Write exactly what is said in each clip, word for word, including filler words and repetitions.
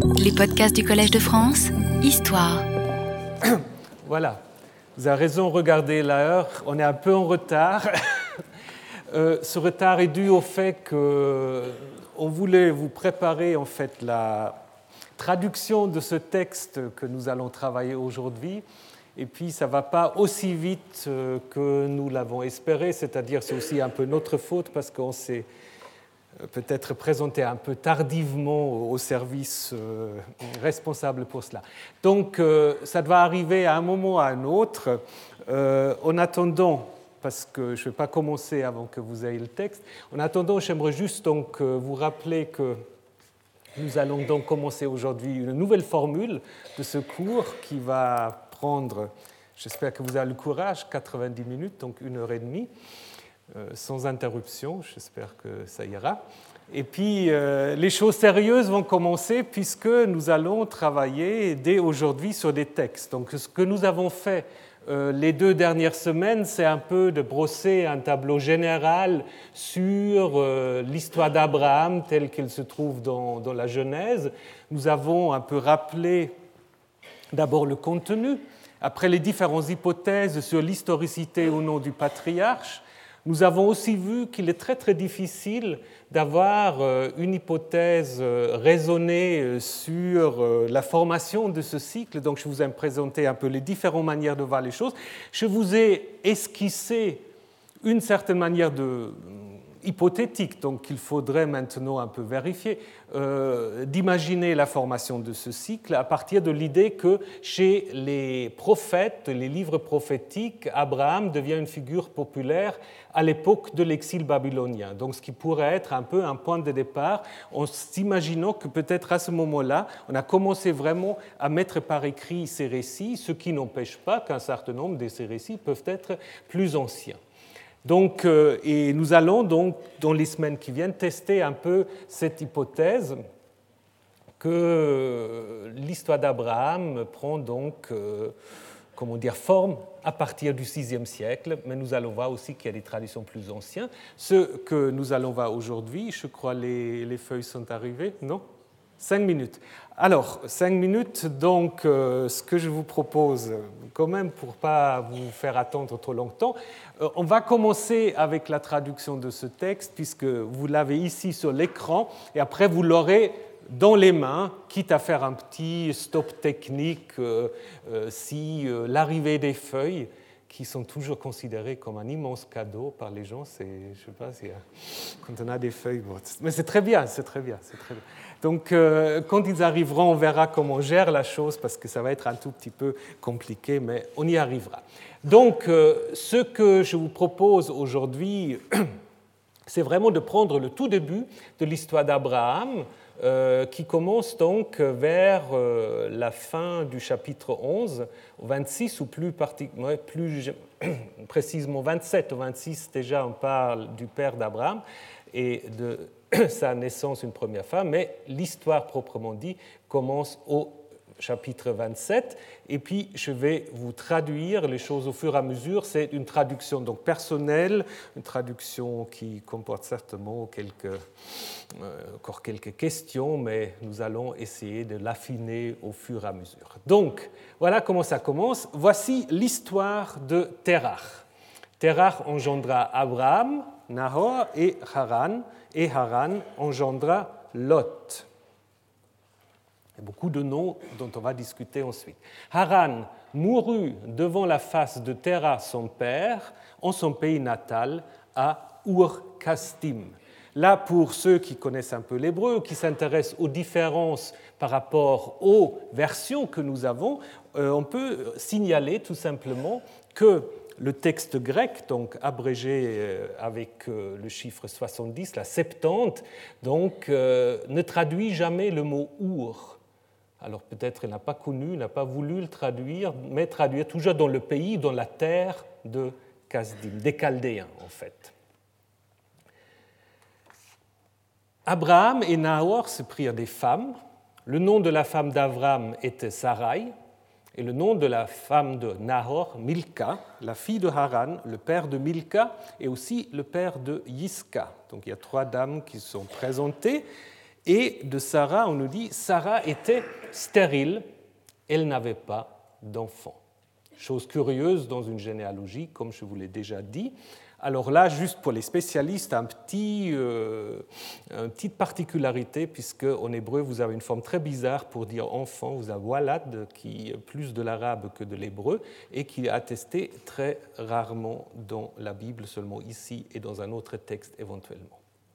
Les podcasts du Collège de France, Histoire. Voilà, vous avez raison, regardez l'heure, on est un peu en retard. euh, ce retard est dû au fait qu'on voulait vous préparer en fait la traduction de ce texte que nous allons travailler aujourd'hui. Et puis, ça ne va pas aussi vite que nous l'avons espéré, c'est-à-dire c'est aussi un peu notre faute parce qu'on s'est peut-être présenté un peu tardivement au service responsable pour cela. Donc, ça va arriver à un moment ou à un autre. En attendant, parce que je ne vais pas commencer avant que vous ayez le texte, en attendant, j'aimerais juste donc vous rappeler que nous allons donc commencer aujourd'hui une nouvelle formule de ce cours qui va prendre, j'espère que vous avez le courage, quatre-vingt-dix minutes, donc une heure et demie, euh, sans interruption, j'espère que ça ira. Et puis, euh, les choses sérieuses vont commencer puisque nous allons travailler dès aujourd'hui sur des textes. Donc, ce que nous avons fait euh, les deux dernières semaines, c'est un peu de brosser un tableau général sur euh, l'histoire d'Abraham telle qu'elle se trouve dans, dans la Genèse. Nous avons un peu rappelé d'abord le contenu, après les différentes hypothèses sur l'historicité ou non du patriarche. Nous avons aussi vu qu'il est très très difficile d'avoir une hypothèse raisonnée sur la formation de ce cycle. Donc je vous ai présenté un peu les différentes manières de voir les choses. Je vous ai esquissé une certaine manière de hypothétique, donc il faudrait maintenant un peu vérifier, euh, d'imaginer la formation de ce cycle à partir de l'idée que chez les prophètes, les livres prophétiques, Abraham devient une figure populaire à l'époque de l'exil babylonien. Donc ce qui pourrait être un peu un point de départ en s'imaginant que peut-être à ce moment-là, on a commencé vraiment à mettre par écrit ces récits, ce qui n'empêche pas qu'un certain nombre de ces récits peuvent être plus anciens. Donc, euh, et nous allons donc, dans les semaines qui viennent, tester un peu cette hypothèse que l'histoire d'Abraham prend donc, euh, comment dire, forme à partir du sixième siècle, mais nous allons voir aussi qu'il y a des traditions plus anciennes. Ce que nous allons voir aujourd'hui, je crois les, les feuilles sont arrivées, non ? Cinq minutes. Alors, cinq minutes, donc euh, ce que je vous propose, quand même pour ne pas vous faire attendre trop longtemps, euh, on va commencer avec la traduction de ce texte, puisque vous l'avez ici sur l'écran, et après vous l'aurez dans les mains, quitte à faire un petit stop technique euh, euh, si euh, l'arrivée des feuilles, qui sont toujours considérées comme un immense cadeau par les gens, c'est, je sais pas, c'est, quand on a des feuilles, bon, mais c'est très bien, c'est très bien, c'est très bien. Donc, euh, quand ils arriveront, on verra comment on gère la chose, parce que ça va être un tout petit peu compliqué, mais on y arrivera. Donc, euh, ce que je vous propose aujourd'hui, c'est vraiment de prendre le tout début de l'histoire d'Abraham, euh, qui commence donc vers euh, la fin du chapitre onze, vingt-six, ou plus, ouais, plus précisément vingt-sept ou vingt-six, déjà on parle du père d'Abraham et de sa naissance une première fois, mais l'histoire proprement dit commence au chapitre vingt-sept, et puis je vais vous traduire les choses au fur et à mesure. C'est une traduction donc personnelle, une traduction qui comporte certainement quelques, euh, encore quelques questions, mais nous allons essayer de l'affiner au fur et à mesure. Donc, voilà comment ça commence. Voici l'histoire de Terach. Terach engendra Abraham, Nahor et Haran, et Haran engendra Lot. Il y a beaucoup de noms dont on va discuter ensuite. Haran mourut devant la face de Terach, son père, en son pays natal, à Ur-Kasdim. Là, pour ceux qui connaissent un peu l'hébreu, qui s'intéressent aux différences par rapport aux versions que nous avons, on peut signaler tout simplement que le texte grec, donc abrégé avec le chiffre soixante-dix, la septante, donc, euh, ne traduit jamais le mot « Ur ». Alors peut-être il n'a pas connu, il n'a pas voulu le traduire, mais traduire toujours dans le pays, dans la terre de Kasdim, des Chaldéens en fait. Abraham et Nahor se prirent des femmes. Le nom de la femme d'Abraham était Sarai, et le nom de la femme de Nahor, Milka, la fille de Haran, le père de Milka, et aussi le père de Yiska. Donc il y a trois dames qui sont présentées. Et de Sarah, on nous dit, Sarah était stérile, elle n'avait pas d'enfant. Chose curieuse dans une généalogie, comme je vous l'ai déjà dit. Alors là, juste pour les spécialistes, un petit, euh, une petite particularité, puisque en hébreu, vous avez une forme très bizarre pour dire enfant. Vous avez walad, qui est plus de l'arabe que de l'hébreu, et qui est attesté très rarement dans la Bible, seulement ici et dans un autre texte éventuellement.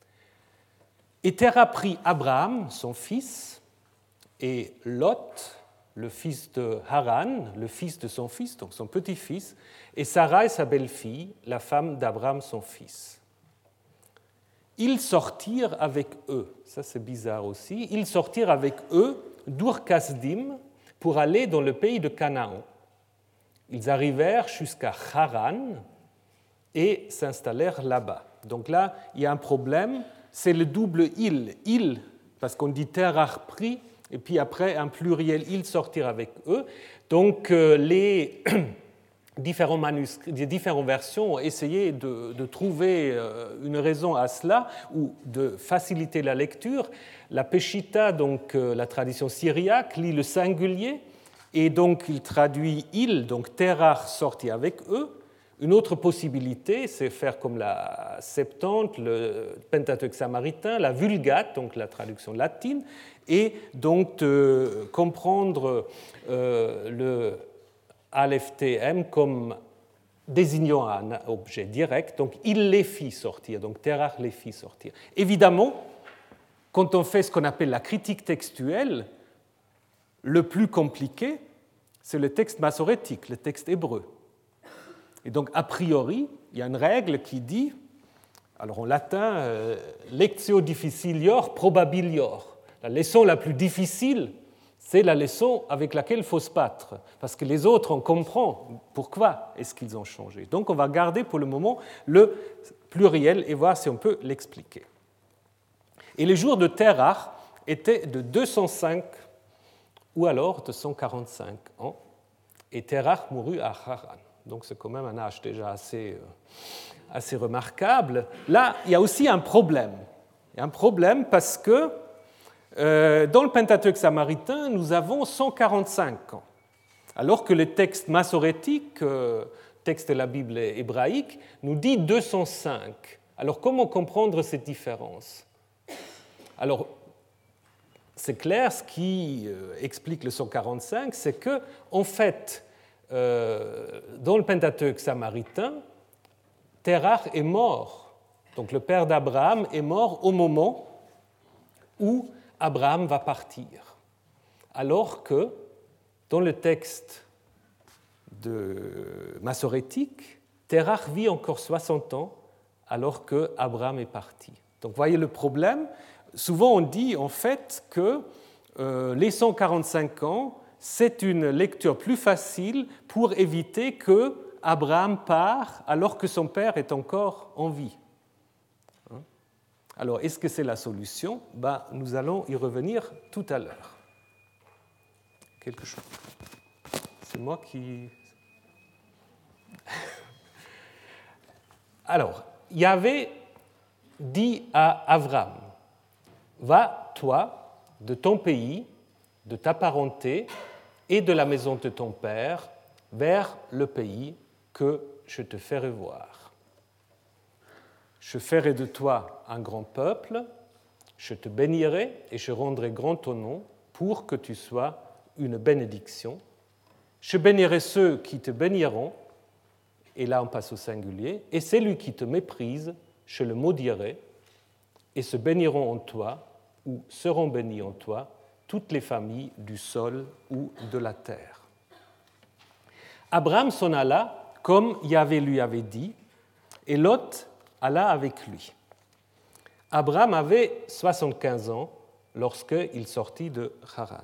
Et Terah prit Abraham, son fils, et Lot, le fils de Haran, le fils de son fils, donc son petit-fils, et Sarai, sa belle-fille, la femme d'Abraham, son fils. Ils sortirent avec eux, ça c'est bizarre aussi, ils sortirent avec eux d'Ur-Kasdim pour aller dans le pays de Canaan. Ils arrivèrent jusqu'à Haran et s'installèrent là-bas. Donc là, il y a un problème, c'est le double il, il, parce qu'on dit Terah prit, et puis après un pluriel, ils sortirent avec eux. Donc euh, les différents manuscrits, les différentes versions ont essayé de, de trouver euh, une raison à cela ou de faciliter la lecture. La Peshitta, donc euh, la tradition syriaque, lit le singulier et donc il traduit il, donc Terah sortit avec eux. Une autre possibilité, c'est faire comme la Septante, le Pentateuque samaritain, la Vulgate, donc la traduction latine, et donc de comprendre euh, le Aleph T M comme désignant un objet direct, donc il les fit sortir, donc Terah les fit sortir. Évidemment, quand on fait ce qu'on appelle la critique textuelle, le plus compliqué, c'est le texte massorétique, le texte hébreu. Et donc, a priori, il y a une règle qui dit, alors en latin, euh, lectio difficilior probabilior. La leçon la plus difficile, c'est la leçon avec laquelle il faut se battre, parce que les autres, on comprend pourquoi est-ce qu'ils ont changé. Donc, on va garder pour le moment le pluriel et voir si on peut l'expliquer. Et les jours de Terah étaient de deux cent cinq ou alors de cent quarante-cinq ans, et Terah mourut à Haran. Donc c'est quand même un âge déjà assez, assez remarquable. Là, il y a aussi un problème. Il y a un problème parce que euh, dans le Pentateuque samaritain, nous avons cent quarante-cinq ans, alors que le texte massorétique, euh, texte de la Bible hébraïque, nous dit deux cent cinq. Alors comment comprendre cette différence? Alors, c'est clair, ce qui euh, explique le cent quarante-cinq, c'est que, en fait, Euh, dans le Pentateuque samaritain, Terah est mort. Donc le père d'Abraham est mort au moment où Abraham va partir. Alors que dans le texte de massorétique, Terah vit encore soixante ans alors que Abraham est parti. Donc vous voyez le problème. Souvent on dit en fait que euh, les cent quarante-cinq ans, c'est une lecture plus facile pour éviter que Abraham part alors que son père est encore en vie. Alors, est-ce que c'est la solution? Ben, nous allons y revenir tout à l'heure. Quelque chose. C'est moi qui... Alors, Yahvé dit à Avram, « Va, toi, de ton pays, de ta parenté et de la maison de ton père vers le pays que je te ferai voir. Je ferai de toi un grand peuple, je te bénirai et je rendrai grand ton nom pour que tu sois une bénédiction. Je bénirai ceux qui te béniront, et là on passe au singulier, et celui qui te méprise, je le maudirai, et se béniront en toi, ou seront bénis en toi, toutes les familles du sol ou de la terre. » Abraham s'en alla comme Yahvé lui avait dit, et Lot alla avec lui. Abraham avait soixante-quinze ans lorsqu'il sortit de Haran.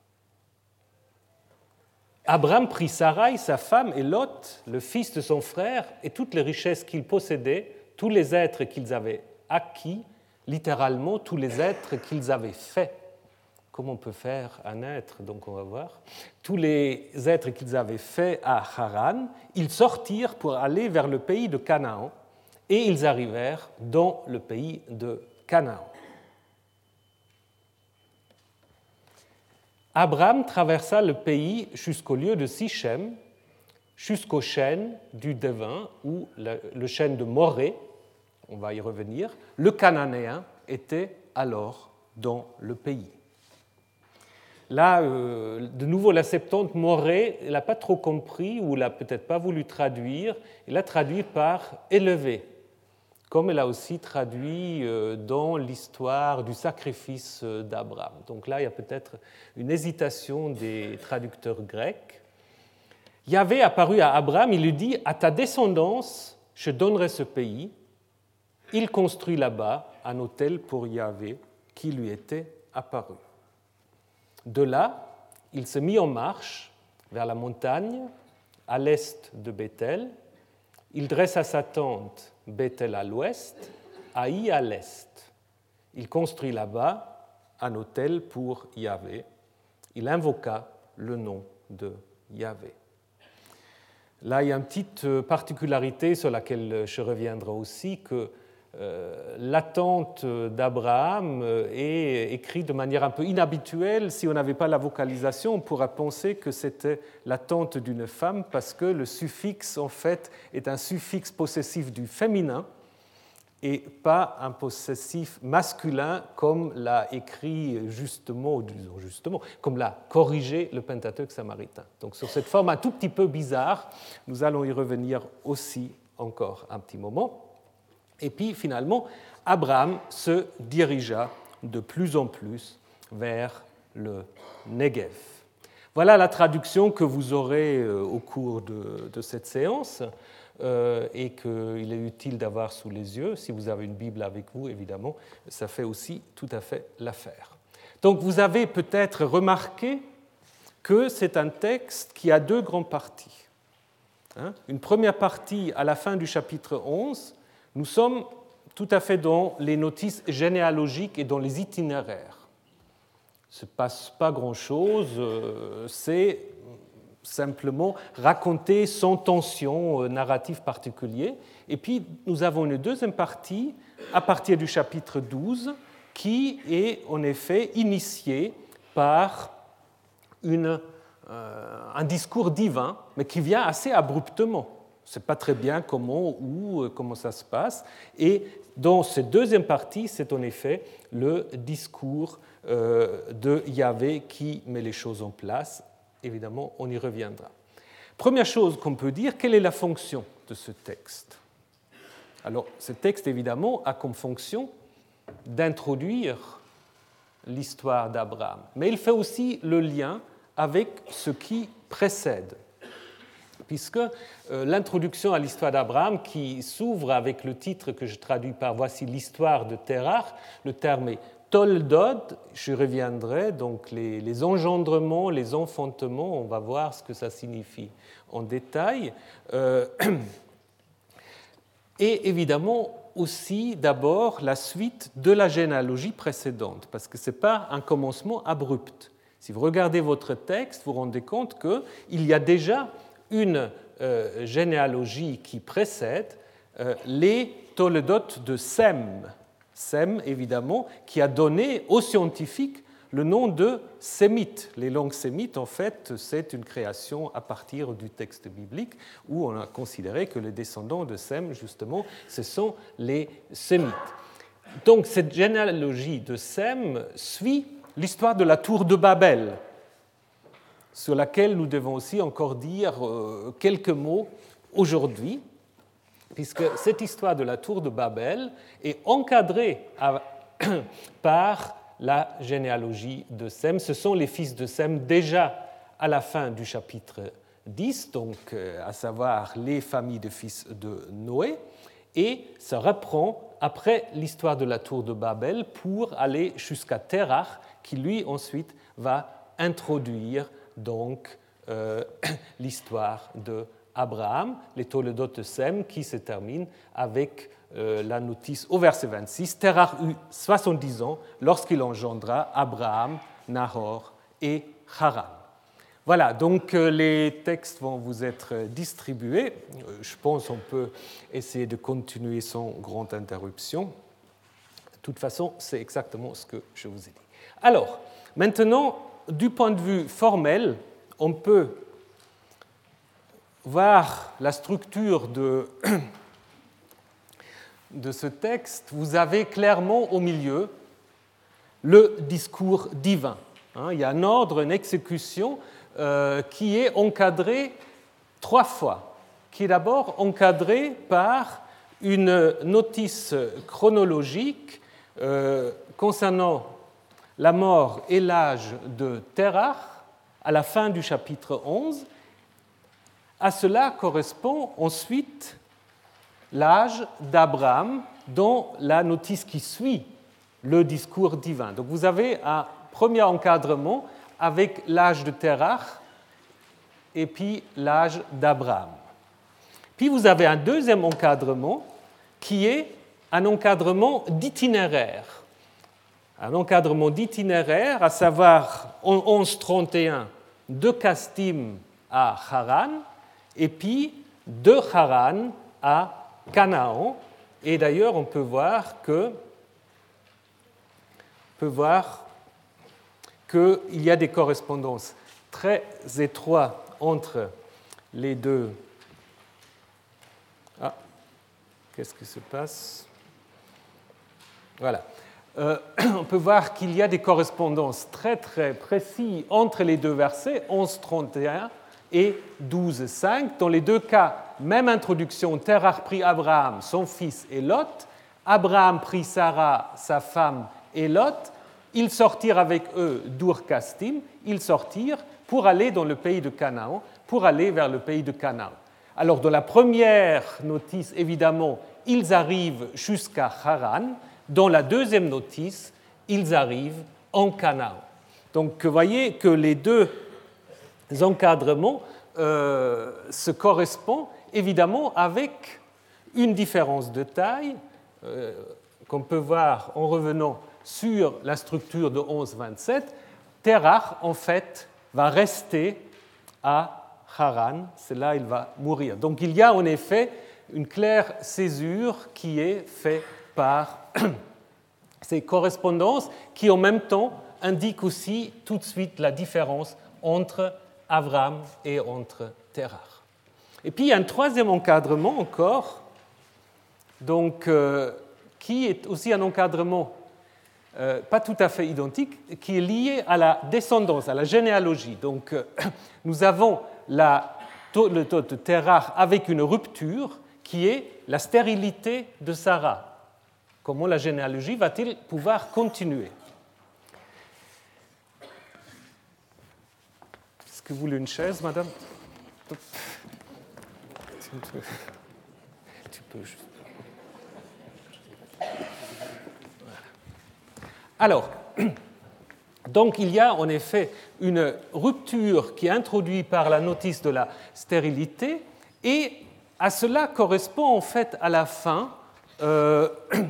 Abraham prit Sarai, sa femme, et Lot, le fils de son frère, et toutes les richesses qu'ils possédaient, tous les êtres qu'ils avaient acquis, littéralement tous les êtres qu'ils avaient faits. Comment on peut faire un être, donc on va voir. Tous les êtres qu'ils avaient faits à Haran, ils sortirent pour aller vers le pays de Canaan, et ils arrivèrent dans le pays de Canaan. Abraham traversa le pays jusqu'au lieu de Sichem, jusqu'au chêne du Devin, ou le, le chêne de Morée, on va y revenir. Le Cananéen était alors dans le pays. Là, euh, de nouveau, la Septante, Morée, elle n'a pas trop compris, ou l'a peut-être pas voulu traduire, elle l'a traduit par élevé, comme elle a aussi traduit euh, dans l'histoire du sacrifice d'Abraham. Donc là, il y a peut-être une hésitation des traducteurs grecs. Yahvé apparut à Abraham, il lui dit « À ta descendance, je donnerai ce pays ». Il construit là-bas un autel pour Yahvé qui lui était apparu. De là, il se mit en marche vers la montagne, à l'est de Béthel. Il dressa sa tente, Béthel à l'ouest, Haï à l'est. Il construit là-bas un autel pour Yahvé. Il invoqua le nom de Yahvé. Là, il y a une petite particularité sur laquelle je reviendrai aussi, que euh, l'attente d'Abraham est écrite de manière un peu inhabituelle. Si on n'avait pas la vocalisation, on pourrait penser que c'était l'attente d'une femme, parce que le suffixe, en fait, est un suffixe possessif du féminin et pas un possessif masculin, comme l'a écrit justement, ou disons justement, comme l'a corrigé le Pentateuque samaritain. Donc sur cette forme un tout petit peu bizarre, nous allons y revenir aussi encore un petit moment. Et puis finalement, Abraham se dirigea de plus en plus vers le Negev. Voilà la traduction que vous aurez au cours de, de cette séance. Euh, et qu'il est utile d'avoir sous les yeux. Si vous avez une Bible avec vous, évidemment, ça fait aussi tout à fait l'affaire. Donc vous avez peut-être remarqué que c'est un texte qui a deux grandes parties. Hein? Une première partie, à la fin du chapitre onze, nous sommes tout à fait dans les notices généalogiques et dans les itinéraires. Il ne se passe pas grand-chose, euh, c'est simplement raconter sans tension narrative particulière. Et puis, nous avons une deuxième partie, à partir du chapitre douze, qui est en effet initiée par une, euh, un discours divin, mais qui vient assez abruptement. On ne sait pas très bien comment, où, comment ça se passe. Et dans cette deuxième partie, c'est en effet le discours euh, de Yahvé qui met les choses en place. Évidemment, on y reviendra. Première chose qu'on peut dire, quelle est la fonction de ce texte? Alors, ce texte, évidemment, a comme fonction d'introduire l'histoire d'Abraham, mais il fait aussi le lien avec ce qui précède, puisque euh, l'introduction à l'histoire d'Abraham, qui s'ouvre avec le titre que je traduis par « Voici l'histoire de Terach », le terme est Toldod, je reviendrai, donc les, les engendrements, les enfantements, on va voir ce que ça signifie en détail. Euh, et évidemment aussi d'abord la suite de la généalogie précédente, parce que ce n'est pas un commencement abrupt. Si vous regardez votre texte, vous vous rendez compte qu'il y a déjà une euh, généalogie qui précède euh, les Toledot de Sem. Sem, évidemment, qui a donné aux scientifiques le nom de sémites. Les langues sémites, en fait, c'est une création à partir du texte biblique où on a considéré que les descendants de Sem, justement, ce sont les sémites. Donc, cette généalogie de Sem suit l'histoire de la tour de Babel, sur laquelle nous devons aussi encore dire quelques mots aujourd'hui, puisque cette histoire de la tour de Babel est encadrée par la généalogie de Sem. Ce sont les fils de Sem déjà à la fin du chapitre dix, donc à savoir les familles de fils de Noé, et ça reprend après l'histoire de la tour de Babel pour aller jusqu'à Terach, qui lui ensuite va introduire donc euh, l'histoire de Abraham, les Toledot de Sem, qui se termine avec euh, la notice au verset vingt-six. Terach eut soixante-dix ans lorsqu'il engendra Abraham, Nahor et Haran. Voilà, donc euh, les textes vont vous être distribués. Euh, je pense qu'on peut essayer de continuer sans grande interruption. De toute façon, c'est exactement ce que je vous ai dit. Alors, maintenant, du point de vue formel, on peut voir la structure de, de ce texte. Vous avez clairement au milieu le discours divin. Hein, il y a un ordre, une exécution euh, qui est encadré trois fois, qui est d'abord encadré par une notice chronologique euh, concernant la mort et l'âge de Terach à la fin du chapitre onze. À cela correspond ensuite l'âge d'Abraham dans la notice qui suit le discours divin. Donc vous avez un premier encadrement avec l'âge de Terach et puis l'âge d'Abraham. Puis vous avez un deuxième encadrement qui est un encadrement d'itinéraire. Un encadrement d'itinéraire, à savoir en onze trente et un de Kasdim à Haran, et puis de Haran à Canaan. Et d'ailleurs, on peut voir que, on peut voir qu'il y a des correspondances très étroites entre les deux. Ah, qu'est-ce qui se passe? Voilà. Euh, on peut voir qu'il y a des correspondances très très précises entre les deux versets, onze trente et un et douze cinq. Dans les deux cas, même introduction, Terach prit Abraham, son fils, et Lot. Abraham prit Sarah, sa femme, et Lot. Ils sortirent avec eux d'Ur-Kasdim. Ils sortirent pour aller dans le pays de Canaan, pour aller vers le pays de Canaan. Alors, dans la première notice, évidemment, ils arrivent jusqu'à Haran. Dans la deuxième notice, ils arrivent en Canaan. Donc, vous voyez que les deux encadrements euh, se correspondent évidemment avec une différence de taille euh, qu'on peut voir en revenant sur la structure de onze vingt-sept. Terach, en fait, va rester à Haran, c'est là qu'il va mourir. Donc il y a en effet une claire césure qui est faite par ces correspondances qui en même temps indiquent aussi tout de suite la différence entre Abraham et entre Terach. Et puis il y a un troisième encadrement encore, donc, euh, qui est aussi un encadrement euh, pas tout à fait identique, qui est lié à la descendance, à la généalogie. Donc euh, nous avons la, le taux de Terach avec une rupture qui est la stérilité de Sarah. Comment la généalogie va-t-il pouvoir continuer? Est-ce que vous voulez une chaise, madame? Tu peux juste... Alors, donc il y a en effet une rupture qui est introduite par la notice de la stérilité, et à cela correspond en fait à la fin euh,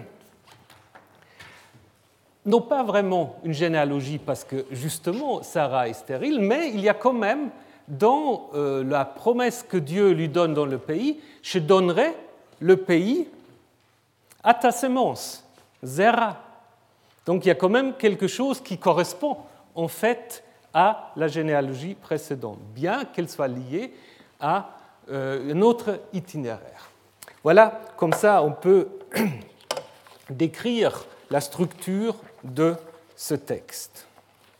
non pas vraiment une généalogie parce que justement Sarah est stérile, mais il y a quand même dans euh, la promesse que Dieu lui donne dans le pays, je donnerai le pays à ta semence, Zera. Donc il y a quand même quelque chose qui correspond en fait à la généalogie précédente, bien qu'elle soit liée à euh, un autre itinéraire. Voilà, comme ça on peut décrire la structure de ce texte.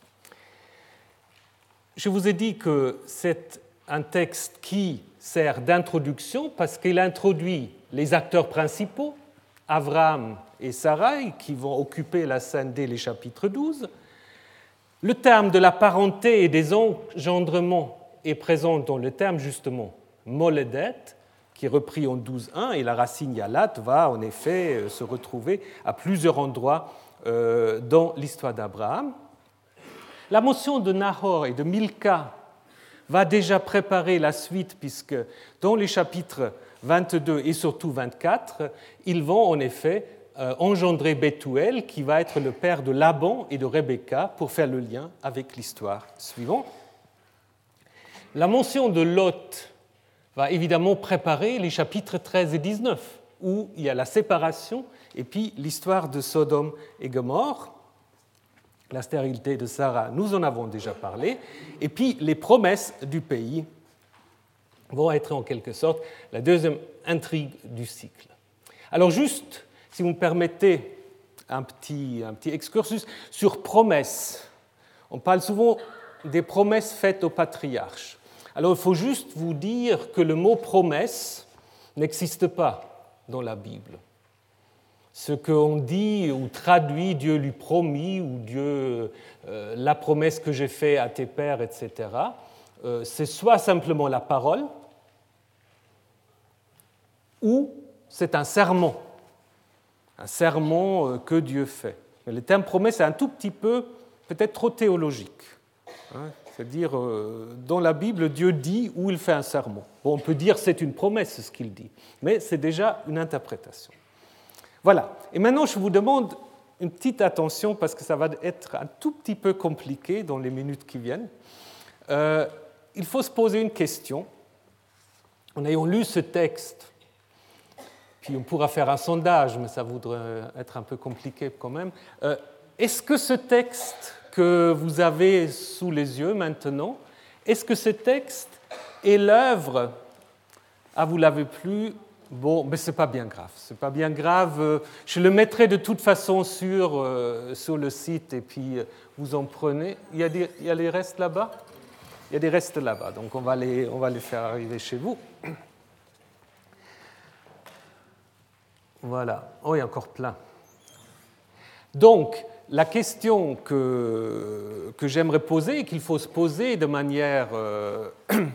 Je vous ai dit que c'est un texte qui sert d'introduction parce qu'il introduit les acteurs principaux, Abraham et Sarai, qui vont occuper la scène dès les chapitres douze. Le terme de la parenté et des engendrements est présent dans le terme justement moledet, qui est repris en douze un, et la racine yalat va en effet se retrouver à plusieurs endroits dans l'histoire d'Abraham. La mention de Nahor et de Milka va déjà préparer la suite, puisque dans les chapitres vingt-deux et surtout vingt-quatre, ils vont en effet engendrer Bethuel, qui va être le père de Laban et de Rebecca, pour faire le lien avec l'histoire suivante. La mention de Lot va évidemment préparer les chapitres treize et dix-neuf, où il y a la séparation et puis l'histoire de Sodome et Gomorrhe. la stérilité de Sarah, nous en avons déjà parlé, et puis les promesses du pays vont être en quelque sorte la deuxième intrigue du cycle. Alors juste, si vous me permettez un petit, un petit excursus sur promesses. On parle souvent des promesses faites aux patriarches. Alors il faut juste vous dire que le mot promesse n'existe pas dans la Bible. Ce qu'on dit ou traduit, Dieu lui promis, ou Dieu, euh, la promesse que j'ai faite à tes pères, et cetera, euh, c'est soit simplement la parole, ou c'est un serment, un serment que Dieu fait. Mais le terme promesse est un tout petit peu, peut-être trop théologique. Hein, c'est-à-dire, euh, dans la Bible, Dieu dit ou il fait un serment. Bon, on peut dire c'est une promesse ce qu'il dit, mais c'est déjà une interprétation. Voilà. Et maintenant, je vous demande une petite attention parce que ça va être un tout petit peu compliqué dans les minutes qui viennent. Euh, il faut se poser une question. En ayant lu ce texte, puis on pourra faire un sondage, mais ça voudrait être un peu compliqué quand même. Euh, est-ce que ce texte que vous avez sous les yeux maintenant, est-ce que ce texte est l'œuvre, ah vous l'avez plus, bon, mais ce n'est pas bien grave, c'est pas bien grave, je le mettrai de toute façon sur, euh, sur le site et puis vous en prenez. Il y a, des, il y a les restes là-bas ? Il y a des restes là-bas, donc on va les, on va les faire arriver chez vous. Voilà. Oh, il y a encore plein. Donc, la question que, que j'aimerais poser et qu'il faut se poser de manière, euh,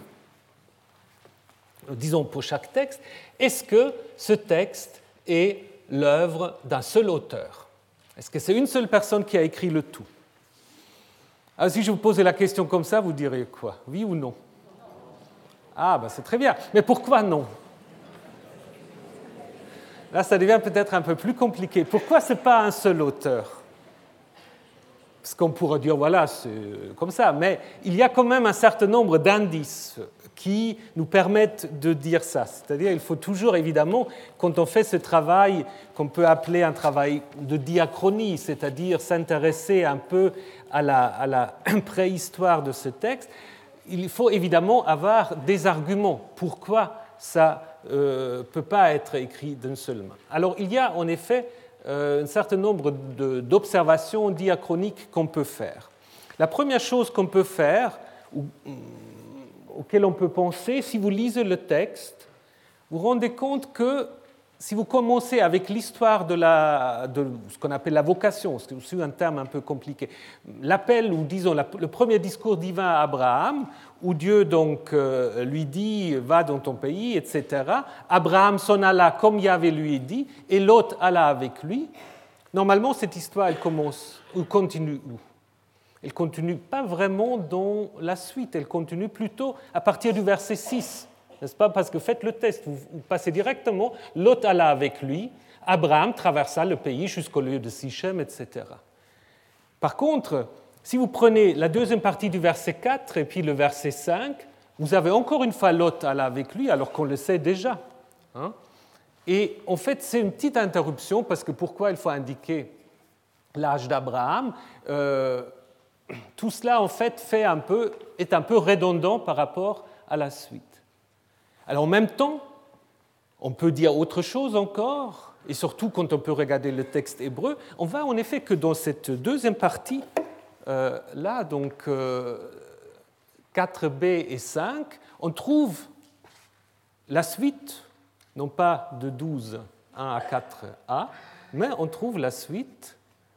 disons pour chaque texte, est-ce que ce texte est l'œuvre d'un seul auteur ? Est-ce que c'est une seule personne qui a écrit le tout ? Alors, si je vous posais la question comme ça, vous diriez quoi ? Oui ou non ? Ah, ben c'est très bien. Mais pourquoi non ? Là, ça devient peut-être un peu plus compliqué. Pourquoi ce n'est pas un seul auteur ? Parce qu'on pourrait dire, voilà, c'est comme ça. Mais il y a quand même un certain nombre d'indices qui nous permettent de dire ça. C'est-à-dire, il faut toujours, évidemment, quand on fait ce travail qu'on peut appeler un travail de diachronie, c'est-à-dire s'intéresser un peu à la, à la préhistoire de ce texte, il faut évidemment avoir des arguments. Pourquoi ça ne euh, peut pas être écrit d'une seule main. Alors, il y a en effet euh, un certain nombre de, d'observations diachroniques qu'on peut faire. La première chose qu'on peut faire, ou, auquel on peut penser, si vous lisez le texte, vous vous rendez compte que si vous commencez avec l'histoire de, la, de ce qu'on appelle la vocation, c'est aussi un terme un peu compliqué, l'appel, ou disons la, le premier discours divin à Abraham, où Dieu donc euh, lui dit « va dans ton pays », et cetera. Abraham s'en alla comme Yahvé lui dit, et Lot alla avec lui. Normalement, cette histoire, elle commence, ou continue où ? Elle continue pas vraiment dans la suite, elle continue plutôt à partir du verset six. N'est-ce pas ? Parce que faites le test, vous, vous passez directement, Lot alla avec lui, Abraham traversa le pays jusqu'au lieu de Sichem, et cetera. Par contre, si vous prenez la deuxième partie du verset quatre et puis le verset cinq, vous avez encore une fois Lot alla avec lui, alors qu'on le sait déjà. Hein ? Et en fait, c'est une petite interruption, parce que pourquoi il faut indiquer l'âge d'Abraham ? euh, Tout cela, en fait, fait un peu, est un peu redondant par rapport à la suite. Alors en même temps, on peut dire autre chose encore, et surtout quand on peut regarder le texte hébreu, on voit en effet que dans cette deuxième partie, euh, là, donc euh, quatre b et cinq, on trouve la suite, non pas de douze, un à quatre a, mais on trouve la suite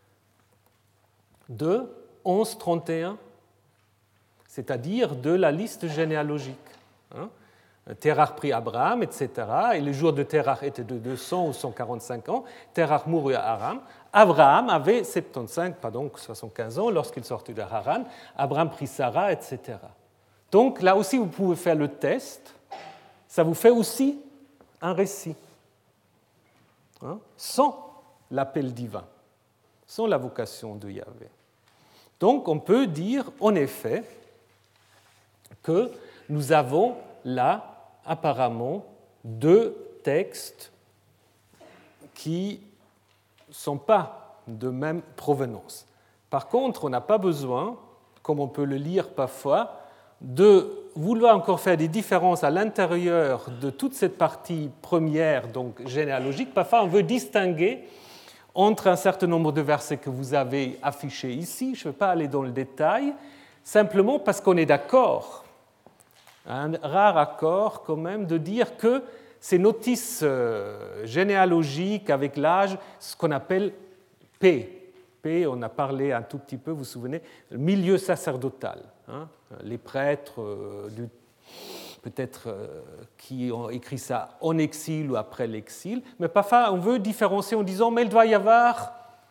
de onze trente et un, c'est-à-dire de la liste généalogique. Hein. Terach prit Abraham, et cetera. Et les jours de Terach étaient de deux cents ou cent quarante-cinq ans. Terach mourut à Haran. Abraham avait soixante-quinze, pardon, soixante-quinze ans lorsqu'il sortit de Haran. Abraham prit Sarah, et cetera. Donc là aussi, vous pouvez faire le test. Ça vous fait aussi un récit, hein, sans l'appel divin, sans la vocation de Yahvé. Donc on peut dire en effet que nous avons là apparemment deux textes qui ne sont pas de même provenance. Par contre, on n'a pas besoin, comme on peut le lire parfois, de vouloir encore faire des différences à l'intérieur de toute cette partie première, donc généalogique. Parfois, on veut distinguer entre un certain nombre de versets que vous avez affichés ici. Je ne vais pas aller dans le détail, simplement parce qu'on est d'accord, un rare accord quand même, de dire que ces notices généalogiques avec l'âge, ce qu'on appelle P. P, on a parlé un tout petit peu, vous vous souvenez, le milieu sacerdotal. Hein, les prêtres, euh, du, peut-être euh, qui ont écrit ça en exil ou après l'exil, mais parfois on veut différencier en disant mais il doit y avoir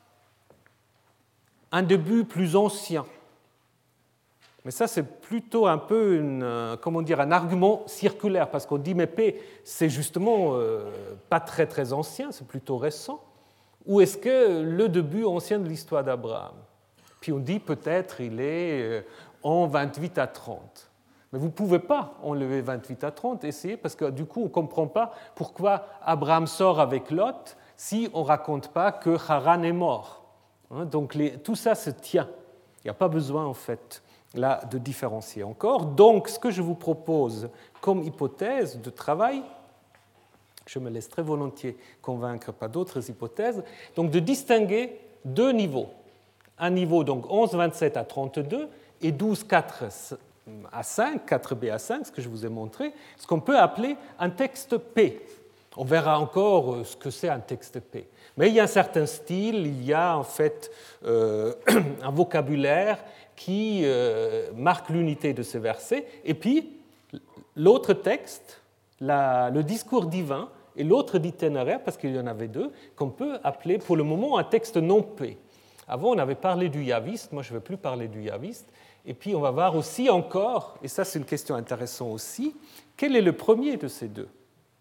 un début plus ancien. Mais ça, c'est plutôt un peu une, comment dire, un argument circulaire, parce qu'on dit mais P, c'est justement euh, pas très très ancien, c'est plutôt récent. Ou est-ce que le début ancien de l'histoire d'Abraham? Puis on dit peut-être il est en vingt-huit à trente. Mais vous ne pouvez pas enlever vingt-huit à trente, essayez, parce que du coup on ne comprend pas pourquoi Abraham sort avec Lot si on ne raconte pas que Haran est mort. Donc les, tout ça se tient. Il n'y a pas besoin en fait là de différencier encore. Donc ce que je vous propose comme hypothèse de travail, je me laisse très volontiers convaincre par d'autres hypothèses, donc de distinguer deux niveaux. Un niveau donc onze vingt-sept à trente-deux et douze quatre à cinq, quatre b à cinq, ce que je vous ai montré, ce qu'on peut appeler un texte P. On verra encore ce que c'est un texte P. Mais il y a un certain style, il y a en fait euh, un vocabulaire qui euh, marque l'unité de ces versets, et puis l'autre texte, la, le discours divin, et l'autre d'itinéraire, parce qu'il y en avait deux, qu'on peut appeler pour le moment un texte non P. Avant, on avait parlé du yaviste, moi je ne vais plus parler du yaviste. Et puis on va voir aussi encore, et ça c'est une question intéressante aussi, quel est le premier de ces deux?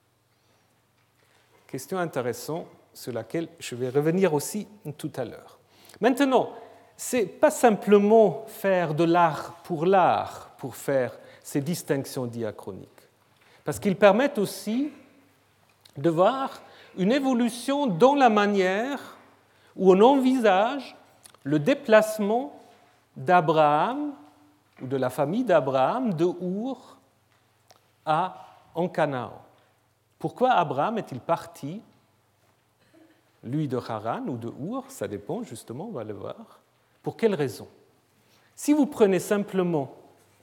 Question intéressante sur laquelle je vais revenir aussi tout à l'heure. Maintenant, ce n'est pas simplement faire de l'art pour l'art, pour faire ces distinctions diachroniques, parce qu'ils permettent aussi de voir une évolution dans la manière où on envisage le déplacement d'Abraham ou de la famille d'Abraham de Our à en Canaan. Pourquoi Abraham est-il parti, lui de Haran ou de Our? Ça dépend justement, on va le voir. Pour quelle raison? Si vous prenez simplement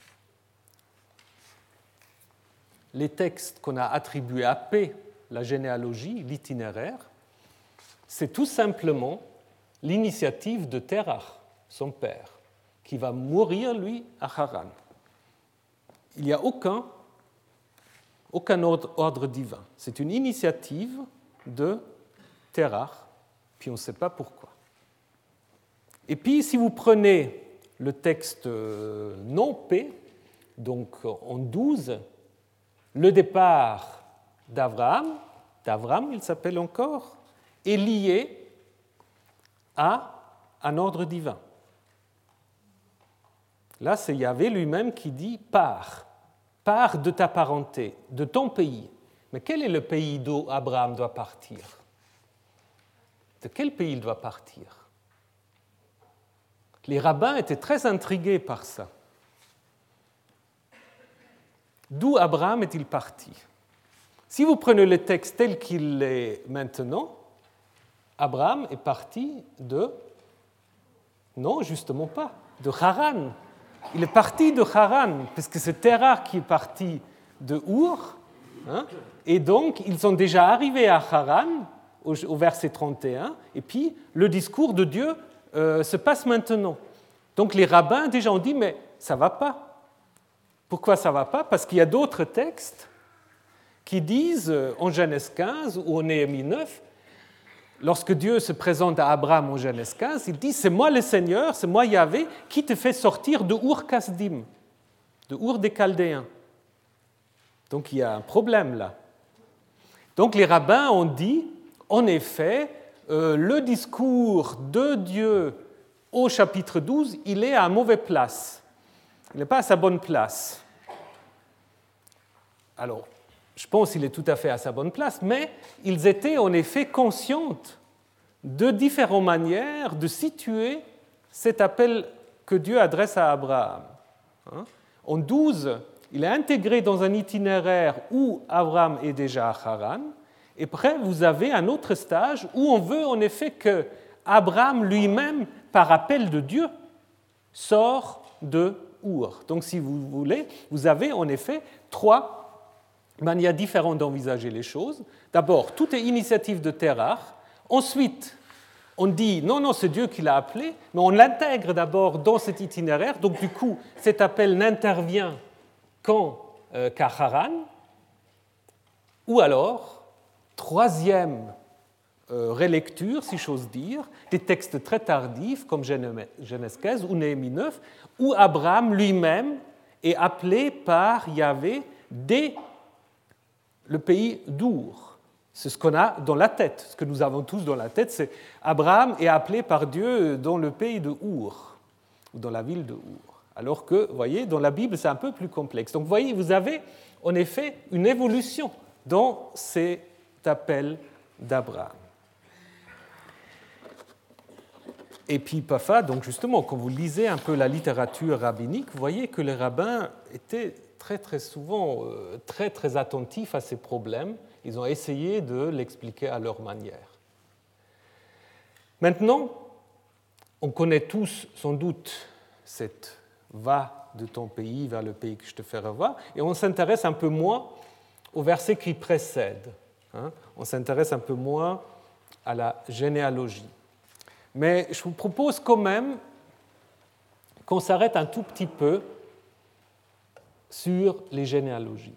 les textes qu'on a attribués à P, la généalogie, l'itinéraire, c'est tout simplement l'initiative de Terach, son père, qui va mourir, lui, à Haran. Il n'y a aucun, aucun ordre, ordre divin. C'est une initiative de Terach, puis on ne sait pas pourquoi. Et puis, si vous prenez le texte non P, donc en douze, le départ d'Abraham, d'Abraham il s'appelle encore, est lié à un ordre divin. Là, c'est Yahvé lui-même qui dit « pars, pars de ta parenté, de ton pays ». Mais quel est le pays d'où Abraham doit partir? De quel pays il doit partir? Les rabbins étaient très intrigués par ça. D'où Abraham est-il parti? Si vous prenez le texte tel qu'il est maintenant, Abraham est parti de... Non, justement pas, de Haran. Il est parti de Haran, parce que c'est Terach qui est parti de Our, hein, et donc ils sont déjà arrivés à Haran, au, au verset trente et un, et puis le discours de Dieu euh, se passe maintenant. Donc les rabbins déjà ont dit, mais ça ne va pas. Pourquoi ça ne va pas? Parce qu'il y a d'autres textes qui disent, en Genèse quinze ou en Néhémie neuf, lorsque Dieu se présente à Abraham en Genèse quinze, il dit « C'est moi le Seigneur, c'est moi Yahvé, qui te fait sortir de Ur-Kasdim, de Ur des Chaldéens. » Donc il y a un problème là. Donc les rabbins ont dit, en effet, euh, le discours de Dieu au chapitre douze, il est à mauvaise place. Il n'est pas à sa bonne place. Alors, je pense qu'il est tout à fait à sa bonne place, mais ils étaient en effet conscients de différentes manières de situer cet appel que Dieu adresse à Abraham. En douze, il est intégré dans un itinéraire où Abraham est déjà à Haran. Et après, vous avez un autre stage où on veut en effet que Abraham lui-même, par appel de Dieu, sort de Our. Donc, si vous voulez, vous avez en effet trois manières différentes d'envisager les choses. D'abord, tout est initiative de Terach. Ensuite, on dit non, non, c'est Dieu qui l'a appelé, mais on l'intègre d'abord dans cet itinéraire. Donc, du coup, cet appel n'intervient qu'en, euh, qu'à Haran. Ou alors, troisième euh, relecture, si j'ose dire, des textes très tardifs, comme Genèse quinze ou Néhémie neuf, où Abraham lui-même est appelé par Yahvé dès le pays d'Our. C'est ce qu'on a dans la tête. Ce que nous avons tous dans la tête, c'est Abraham est appelé par Dieu dans le pays de Our, ou dans la ville de Our. Alors que, vous voyez, dans la Bible, c'est un peu plus complexe. Donc, vous voyez, vous avez en effet une évolution dans cet appel d'Abraham. Et puis, Pafa, donc justement, quand vous lisez un peu la littérature rabbinique, vous voyez que les rabbins étaient très, très souvent euh, très, très attentifs à ces problèmes. Ils ont essayé de l'expliquer à leur manière. Maintenant, on connaît tous sans doute cette « va de ton pays vers le pays que je te ferai voir », et on s'intéresse un peu moins au verset qui précède. Hein. On s'intéresse un peu moins à la généalogie. Mais je vous propose quand même qu'on s'arrête un tout petit peu sur les généalogies.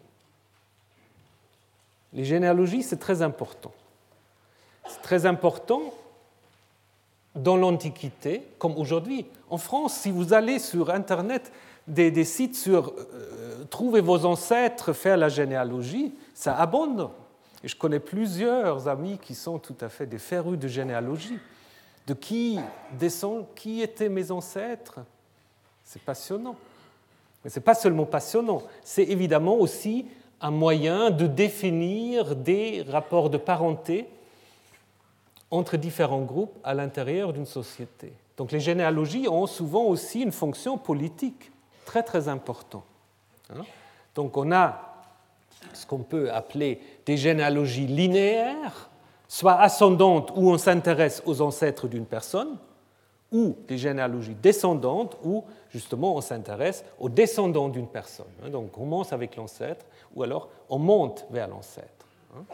Les généalogies, c'est très important. C'est très important dans l'Antiquité, comme aujourd'hui. En France, si vous allez sur Internet, des, des sites sur euh, « Trouvez vos ancêtres, faire la généalogie », ça abonde. Et je connais plusieurs amis qui sont tout à fait des férus de généalogie. De qui descend, qui étaient mes ancêtres? C'est passionnant. Mais ce n'est pas seulement passionnant, c'est évidemment aussi un moyen de définir des rapports de parenté entre différents groupes à l'intérieur d'une société. Donc les généalogies ont souvent aussi une fonction politique très très importante. Donc on a ce qu'on peut appeler des généalogies linéaires, soit ascendantes où on s'intéresse aux ancêtres d'une personne, ou des généalogies descendantes où justement on s'intéresse aux descendants d'une personne. Donc on commence avec l'ancêtre, ou alors on monte vers l'ancêtre.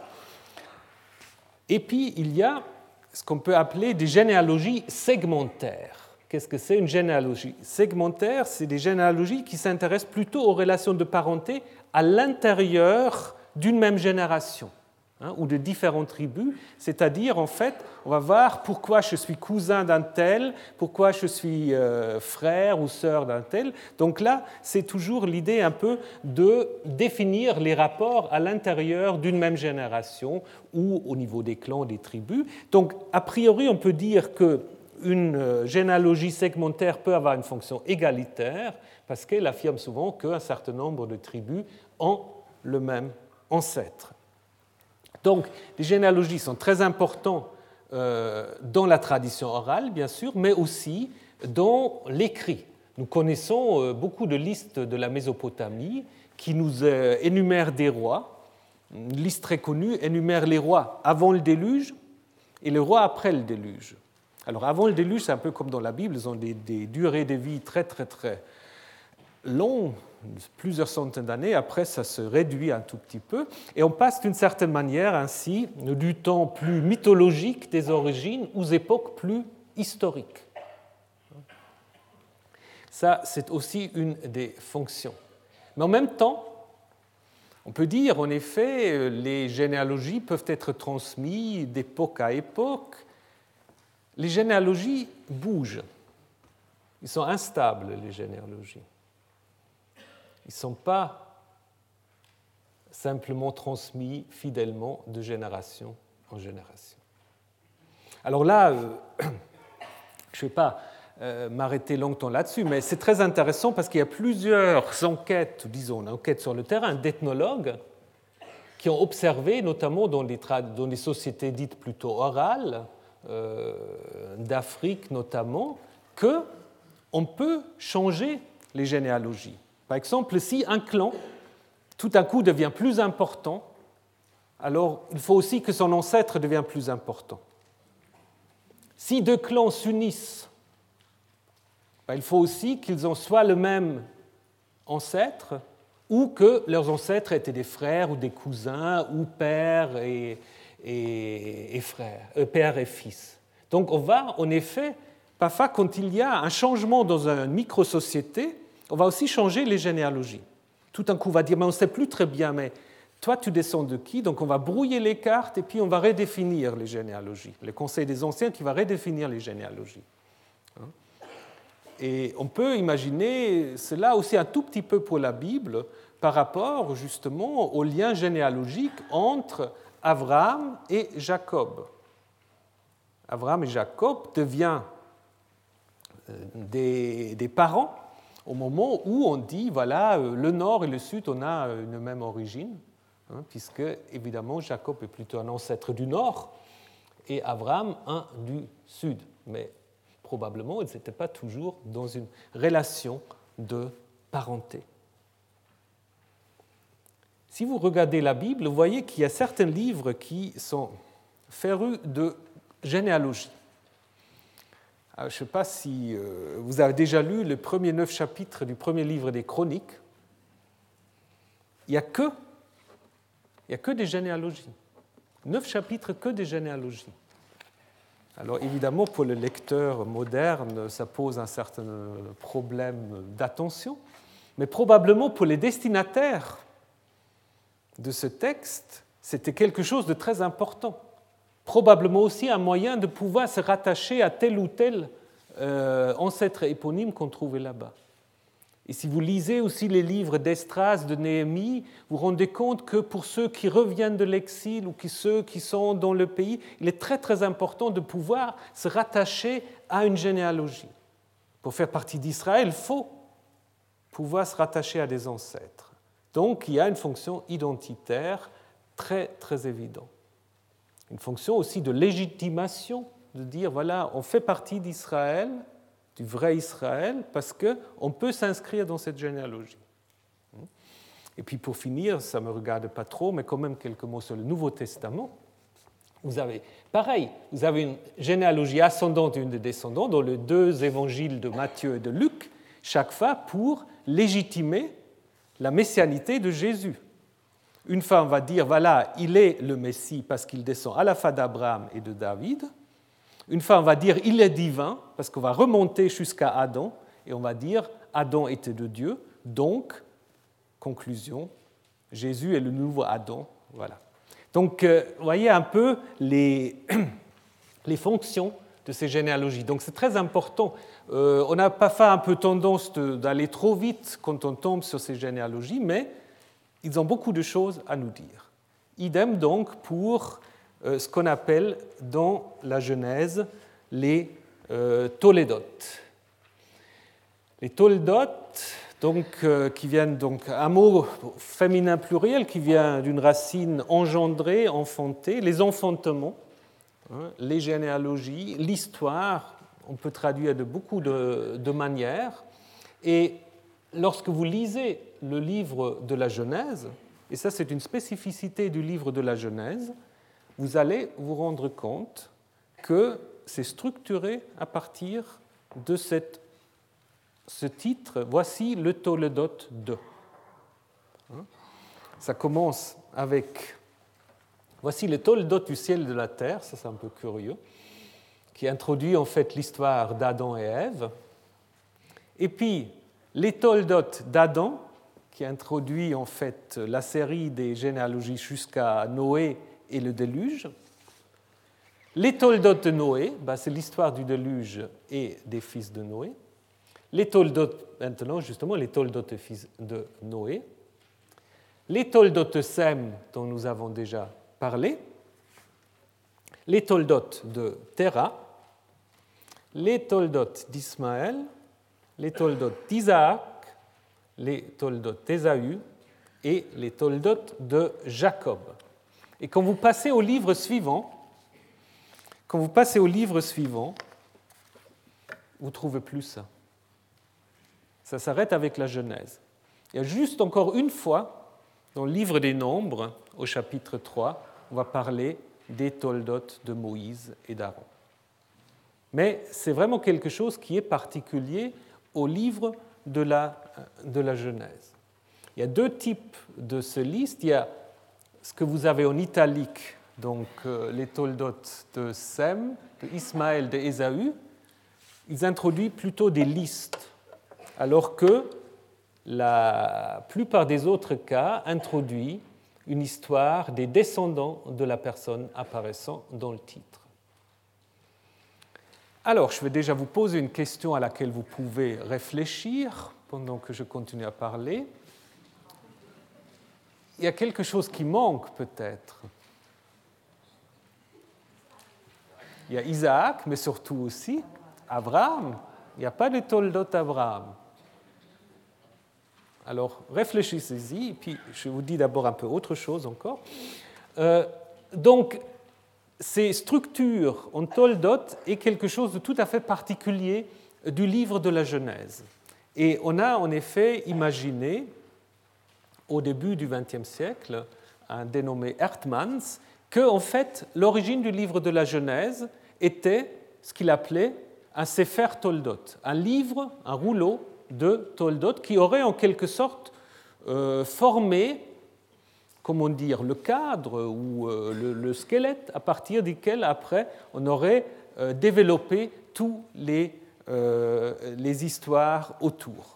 Et puis il y a ce qu'on peut appeler des généalogies segmentaires. Qu'est-ce que c'est une généalogie segmentaire? C'est des généalogies qui s'intéressent plutôt aux relations de parenté à l'intérieur d'une même génération, hein, ou de différentes tribus, c'est-à-dire, en fait, on va voir pourquoi je suis cousin d'un tel, pourquoi je suis euh, frère ou sœur d'un tel. Donc là, c'est toujours l'idée un peu de définir les rapports à l'intérieur d'une même génération ou au niveau des clans, des tribus. Donc, a priori, on peut dire qu'une généalogie segmentaire peut avoir une fonction égalitaire parce qu'elle affirme souvent qu'un certain nombre de tribus ont le même ancêtre. Donc, les généalogies sont très importantes euh, dans la tradition orale, bien sûr, mais aussi dans l'écrit. Nous connaissons euh, beaucoup de listes de la Mésopotamie qui nous euh, énumèrent des rois. Une liste très connue énumère les rois avant le déluge et les rois après le déluge. Alors, avant le déluge, c'est un peu comme dans la Bible, ils ont des, des durées de vie très, très, très longues, plusieurs centaines d'années. Après, ça se réduit un tout petit peu. Et on passe d'une certaine manière ainsi du temps plus mythologique des origines aux époques plus historiques. Ça, c'est aussi une des fonctions. Mais en même temps, on peut dire, en effet, les généalogies peuvent être transmises d'époque à époque. Les généalogies bougent. Ils sont instables, les généalogies. Ils ne sont pas simplement transmis fidèlement de génération en génération. Alors là, euh, je ne vais pas euh, m'arrêter longtemps là-dessus, mais c'est très intéressant parce qu'il y a plusieurs enquêtes, disons, enquêtes sur le terrain, d'ethnologues qui ont observé, notamment dans les, trad- dans les sociétés dites plutôt orales, euh, d'Afrique notamment, qu'on peut changer les généalogies. Par exemple, si un clan, tout à coup, devient plus important, alors il faut aussi que son ancêtre devienne plus important. Si deux clans s'unissent, ben, il faut aussi qu'ils ont soit le même ancêtre, ou que leurs ancêtres étaient des frères ou des cousins, ou père et, et, et frère, euh, père et fils. Donc on va, en effet, parfois quand il y a un changement dans une micro-société, on va aussi changer les généalogies. Tout d'un coup, on va dire, mais on ne sait plus très bien, mais toi, tu descends de qui? Donc on va brouiller les cartes et puis on va redéfinir les généalogies. Le Conseil des Anciens qui va redéfinir les généalogies. Et on peut imaginer cela aussi un tout petit peu pour la Bible par rapport justement au lien généalogique entre Abraham et Jacob. Abraham et Jacob deviennent des, des parents au moment où on dit, voilà, le nord et le sud, on a une même origine, hein, puisque évidemment Jacob est plutôt un ancêtre du nord et Abraham un du sud. Mais probablement, ils n'étaient pas toujours dans une relation de parenté. Si vous regardez la Bible, vous voyez qu'il y a certains livres qui sont férus de généalogie. Alors, je ne sais pas si vous avez déjà lu les premiers neuf chapitres du premier livre des Chroniques. Il n'y a que, il y a que des généalogies. Neuf chapitres que des généalogies. Alors évidemment, pour le lecteur moderne, ça pose un certain problème d'attention, mais probablement pour les destinataires de ce texte, c'était quelque chose de très important. Probablement aussi un moyen de pouvoir se rattacher à tel ou tel euh, ancêtre éponyme qu'on trouvait là-bas. Et si vous lisez aussi les livres d'Esdras, de Néhémie, vous vous rendez compte que pour ceux qui reviennent de l'exil ou ceux qui sont dans le pays, il est très très important de pouvoir se rattacher à une généalogie. Pour faire partie d'Israël, il faut pouvoir se rattacher à des ancêtres. Donc il y a une fonction identitaire très très évidente. Une fonction aussi de légitimation, de dire voilà, on fait partie d'Israël, du vrai Israël, parce qu'on peut s'inscrire dans cette généalogie. Et puis pour finir, ça ne me regarde pas trop, mais quand même quelques mots sur le Nouveau Testament. Vous avez, pareil, vous avez une généalogie ascendante et une descendante dans les deux évangiles de Matthieu et de Luc, chaque fois pour légitimer la messianité de Jésus. Une fois, on va dire, voilà, il est le Messie parce qu'il descend à la fois d'Abraham et de David. Une fois, on va dire, il est divin parce qu'on va remonter jusqu'à Adam et on va dire, Adam était de Dieu, donc, conclusion, Jésus est le nouveau Adam. Voilà. Donc, vous voyez un peu les, les fonctions de ces généalogies. Donc, c'est très important. Euh, on n'a pas fait un peu tendance de, d'aller trop vite quand on tombe sur ces généalogies, mais ils ont beaucoup de choses à nous dire. Idem donc pour euh, ce qu'on appelle dans la Genèse les euh, tolédotes. Les tolédotes, donc, euh, qui viennent donc un mot féminin pluriel qui vient d'une racine engendrée, enfantée, les enfantements, hein, les généalogies, l'histoire, on peut traduire de beaucoup de, de manières. Et lorsque vous lisez le livre de la Genèse, et ça c'est une spécificité du livre de la Genèse, vous allez vous rendre compte que c'est structuré à partir de cette, ce titre, voici le Tolédote de. Ça commence avec, voici le Tolédote du ciel et de la terre, ça c'est un peu curieux, qui introduit en fait l'histoire d'Adam et Ève, et puis les Tolédotes d'Adam, qui introduit en fait la série des généalogies jusqu'à Noé et le déluge. Les Tolédotes de Noé, ben c'est l'histoire du déluge et des fils de Noé. Les Tolédotes, maintenant justement, les Tolédotes des fils de Noé. Les Tolédotes de Sem, dont nous avons déjà parlé. Les Tolédotes de Terah. Les Tolédotes d'Ismaël. Les Tolédotes d'Isaac, les Tolédotes d'Ésaü et les Tolédotes de Jacob. Et quand vous passez au livre suivant, quand vous passez au livre suivant, vous ne trouvez plus ça. Ça s'arrête avec la Genèse. Il y a juste encore une fois, dans le livre des Nombres, au chapitre trois, on va parler des toldotes de Moïse et d'Aaron. Mais c'est vraiment quelque chose qui est particulier au livre de la, de la Genèse. Il y a deux types de ce liste. Il y a ce que vous avez en italique, donc euh, les toldotes de Sem, de Ismaël, de Ésaü. Ils introduisent plutôt des listes, alors que la plupart des autres cas introduisent une histoire des descendants de la personne apparaissant dans le titre. Alors, je vais déjà vous poser une question à laquelle vous pouvez réfléchir pendant que je continue à parler. Il y a quelque chose qui manque peut-être. Il y a Isaac, mais surtout aussi Abraham. Il n'y a pas de toldot d'Abraham. Alors, réfléchissez-y, et puis je vous dis d'abord un peu autre chose encore. Euh, donc, ces structures en toldot est quelque chose de tout à fait particulier du livre de la Genèse. Et on a en effet imaginé, au début du vingtième siècle, un dénommé Hertmans, que en fait, l'origine du livre de la Genèse était ce qu'il appelait un Sefer Toldot, un livre, un rouleau de Toldot qui aurait en quelque sorte euh, formé, comment dire, le cadre ou euh, le, le squelette à partir duquel après on aurait euh, développé toutes les, euh, les histoires autour.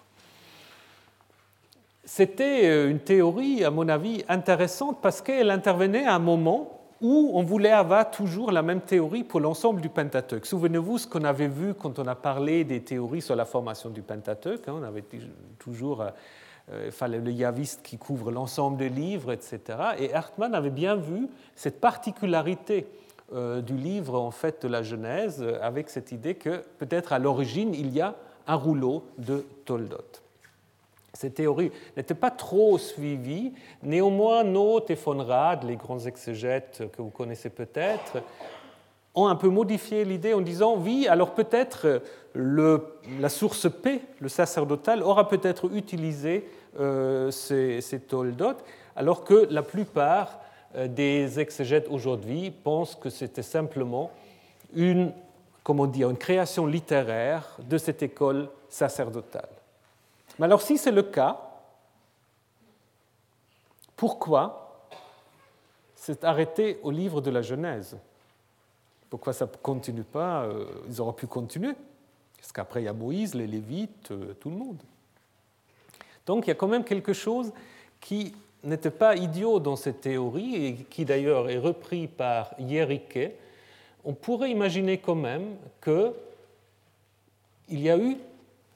C'était une théorie, à mon avis, intéressante parce qu'elle intervenait à un moment où on voulait avoir toujours la même théorie pour l'ensemble du Pentateuque. Souvenez-vous ce qu'on avait vu quand on a parlé des théories sur la formation du Pentateuque. On avait toujours euh, il fallait le yaviste qui couvre l'ensemble des livres, et cetera. Et Hertman avait bien vu cette particularité euh, du livre en fait, de la Genèse avec cette idée que peut-être à l'origine il y a un rouleau de Toldot. Cette théorie n'était pas trop suivie. Néanmoins, Noth et von Rad, les grands exégètes que vous connaissez peut-être, ont un peu modifié l'idée en disant oui, alors peut-être le, la source P, le sacerdotal, aura peut-être utilisé euh, ces, ces Toldot, alors que la plupart des exégètes aujourd'hui pensent que c'était simplement une, comment dire, une création littéraire de cette école sacerdotale. Mais alors, si c'est le cas, pourquoi c'est arrêté au livre de la Genèse? Pourquoi ça ne continue pas? Ils auraient pu continuer, parce qu'après, il y a Moïse, les Lévites, tout le monde. Donc, il y a quand même quelque chose qui n'était pas idiot dans cette théorie, et qui d'ailleurs est repris par Yerike. On pourrait imaginer quand même qu'il y a eu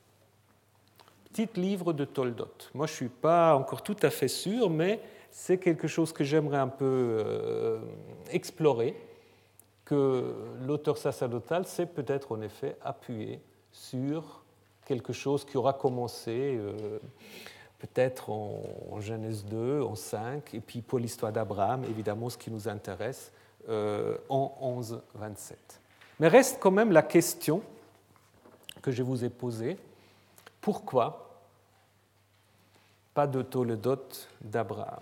petit livre de Toldot. Moi, je ne suis pas encore tout à fait sûr, mais c'est quelque chose que j'aimerais un peu euh, explorer, que l'auteur sacerdotal s'est peut-être en effet appuyé sur quelque chose qui aura commencé euh, peut-être en, en Genèse deux, en cinq, et puis pour l'histoire d'Abraham, évidemment, ce qui nous intéresse, euh, en onze vingt-sept. Mais reste quand même la question que je vous ai posée. Pourquoi pas de Toldot d'Abraham?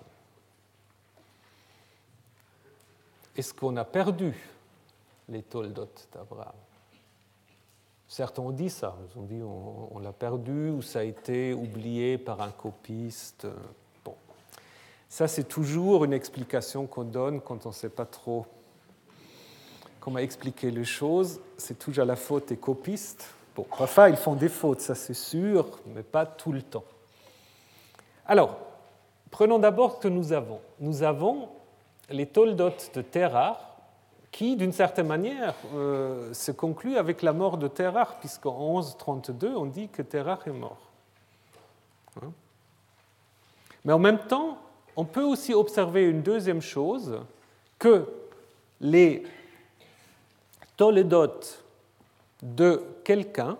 Est-ce qu'on a perdu les Toldot d'Abraham? Certains ont dit ça, ils ont dit on, on l'a perdu ou ça a été oublié par un copiste. Bon. Ça, c'est toujours une explication qu'on donne quand on ne sait pas trop comment expliquer les choses. C'est toujours la faute des copistes. Bon, parfois, ils font des fautes, ça c'est sûr, mais pas tout le temps. Alors, prenons d'abord ce que nous avons. Nous avons les Toldot de Terah, qui, d'une certaine manière, euh, se concluent avec la mort de Terah, puisqu'en onze trente-deux, on dit que Terah est mort. Hein? Mais en même temps, on peut aussi observer une deuxième chose, que les Toldot de quelqu'un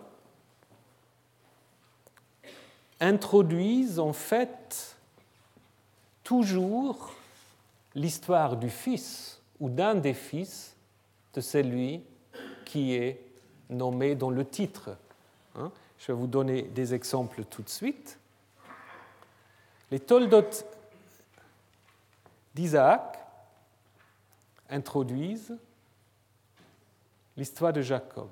introduisent en fait toujours l'histoire du fils ou d'un des fils de celui qui est nommé dans le titre Hein. Je vais vous donner des exemples tout de suite. Les Toldot d'Isaac introduisent l'histoire de Jacob.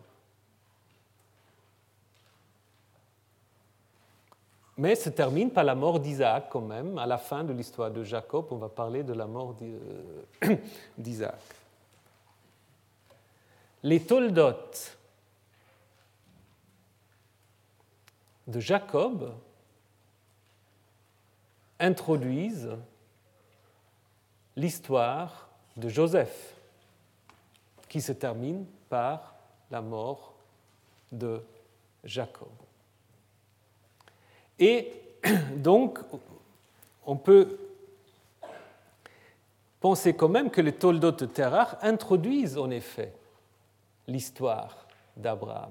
Mais se termine par la mort d'Isaac quand même. À la fin de l'histoire de Jacob, on va parler de la mort d'Isaac. Les Toldot de Jacob introduisent l'histoire de Joseph, qui se termine par la mort de Jacob. Et donc, on peut penser quand même que les Toldot de Terach introduisent en effet l'histoire d'Abraham.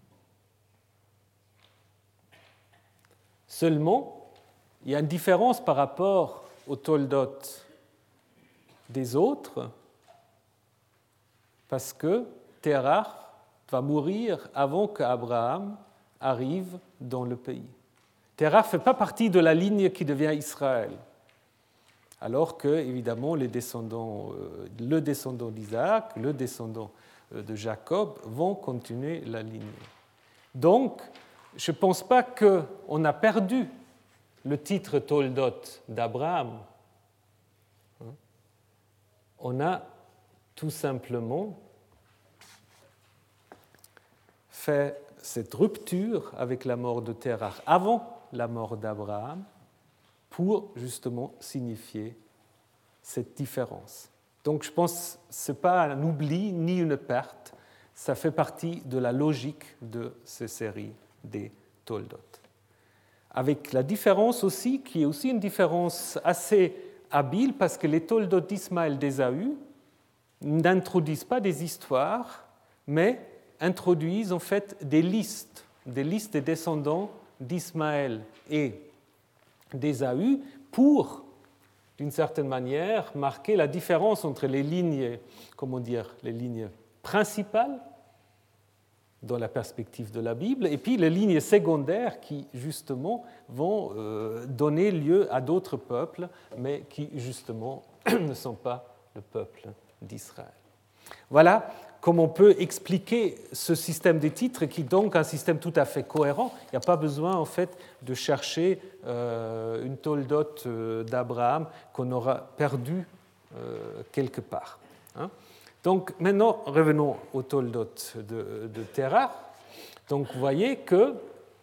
Seulement, il y a une différence par rapport aux Toldot des autres, parce que Terach va mourir avant qu'Abraham arrive dans le pays. Terach ne fait pas partie de la ligne qui devient Israël, alors que, évidemment, les descendants, euh, le descendant d'Isaac, le descendant de Jacob vont continuer la ligne. Donc, je ne pense pas qu'on a perdu le titre Toldot d'Abraham. On a tout simplement fait cette rupture avec la mort de Terach avant la mort d'Abraham pour justement signifier cette différence. Donc je pense que ce n'est pas un oubli ni une perte, ça fait partie de la logique de ces séries des Toldot. Avec la différence aussi, qui est aussi une différence assez habile, parce que les Toldot d'Ismaël d'Ésaü n'introduisent pas des histoires, mais introduisent en fait des listes, des listes des descendants d'Ismaël et d'Ésaü pour, d'une certaine manière, marquer la différence entre les lignes, comment dire, les lignes principales dans la perspective de la Bible, et puis les lignes secondaires qui, justement, vont euh, donner lieu à d'autres peuples, mais qui, justement, ne sont pas le peuple d'Israël. Voilà comment on peut expliquer ce système des titres, qui est donc un système tout à fait cohérent. Il n'y a pas besoin, en fait, de chercher euh, une Toldot euh, d'Abraham qu'on aura perdue euh, quelque part. Hein. Donc maintenant, revenons au Toldot de, de Terach. Donc vous voyez qu'il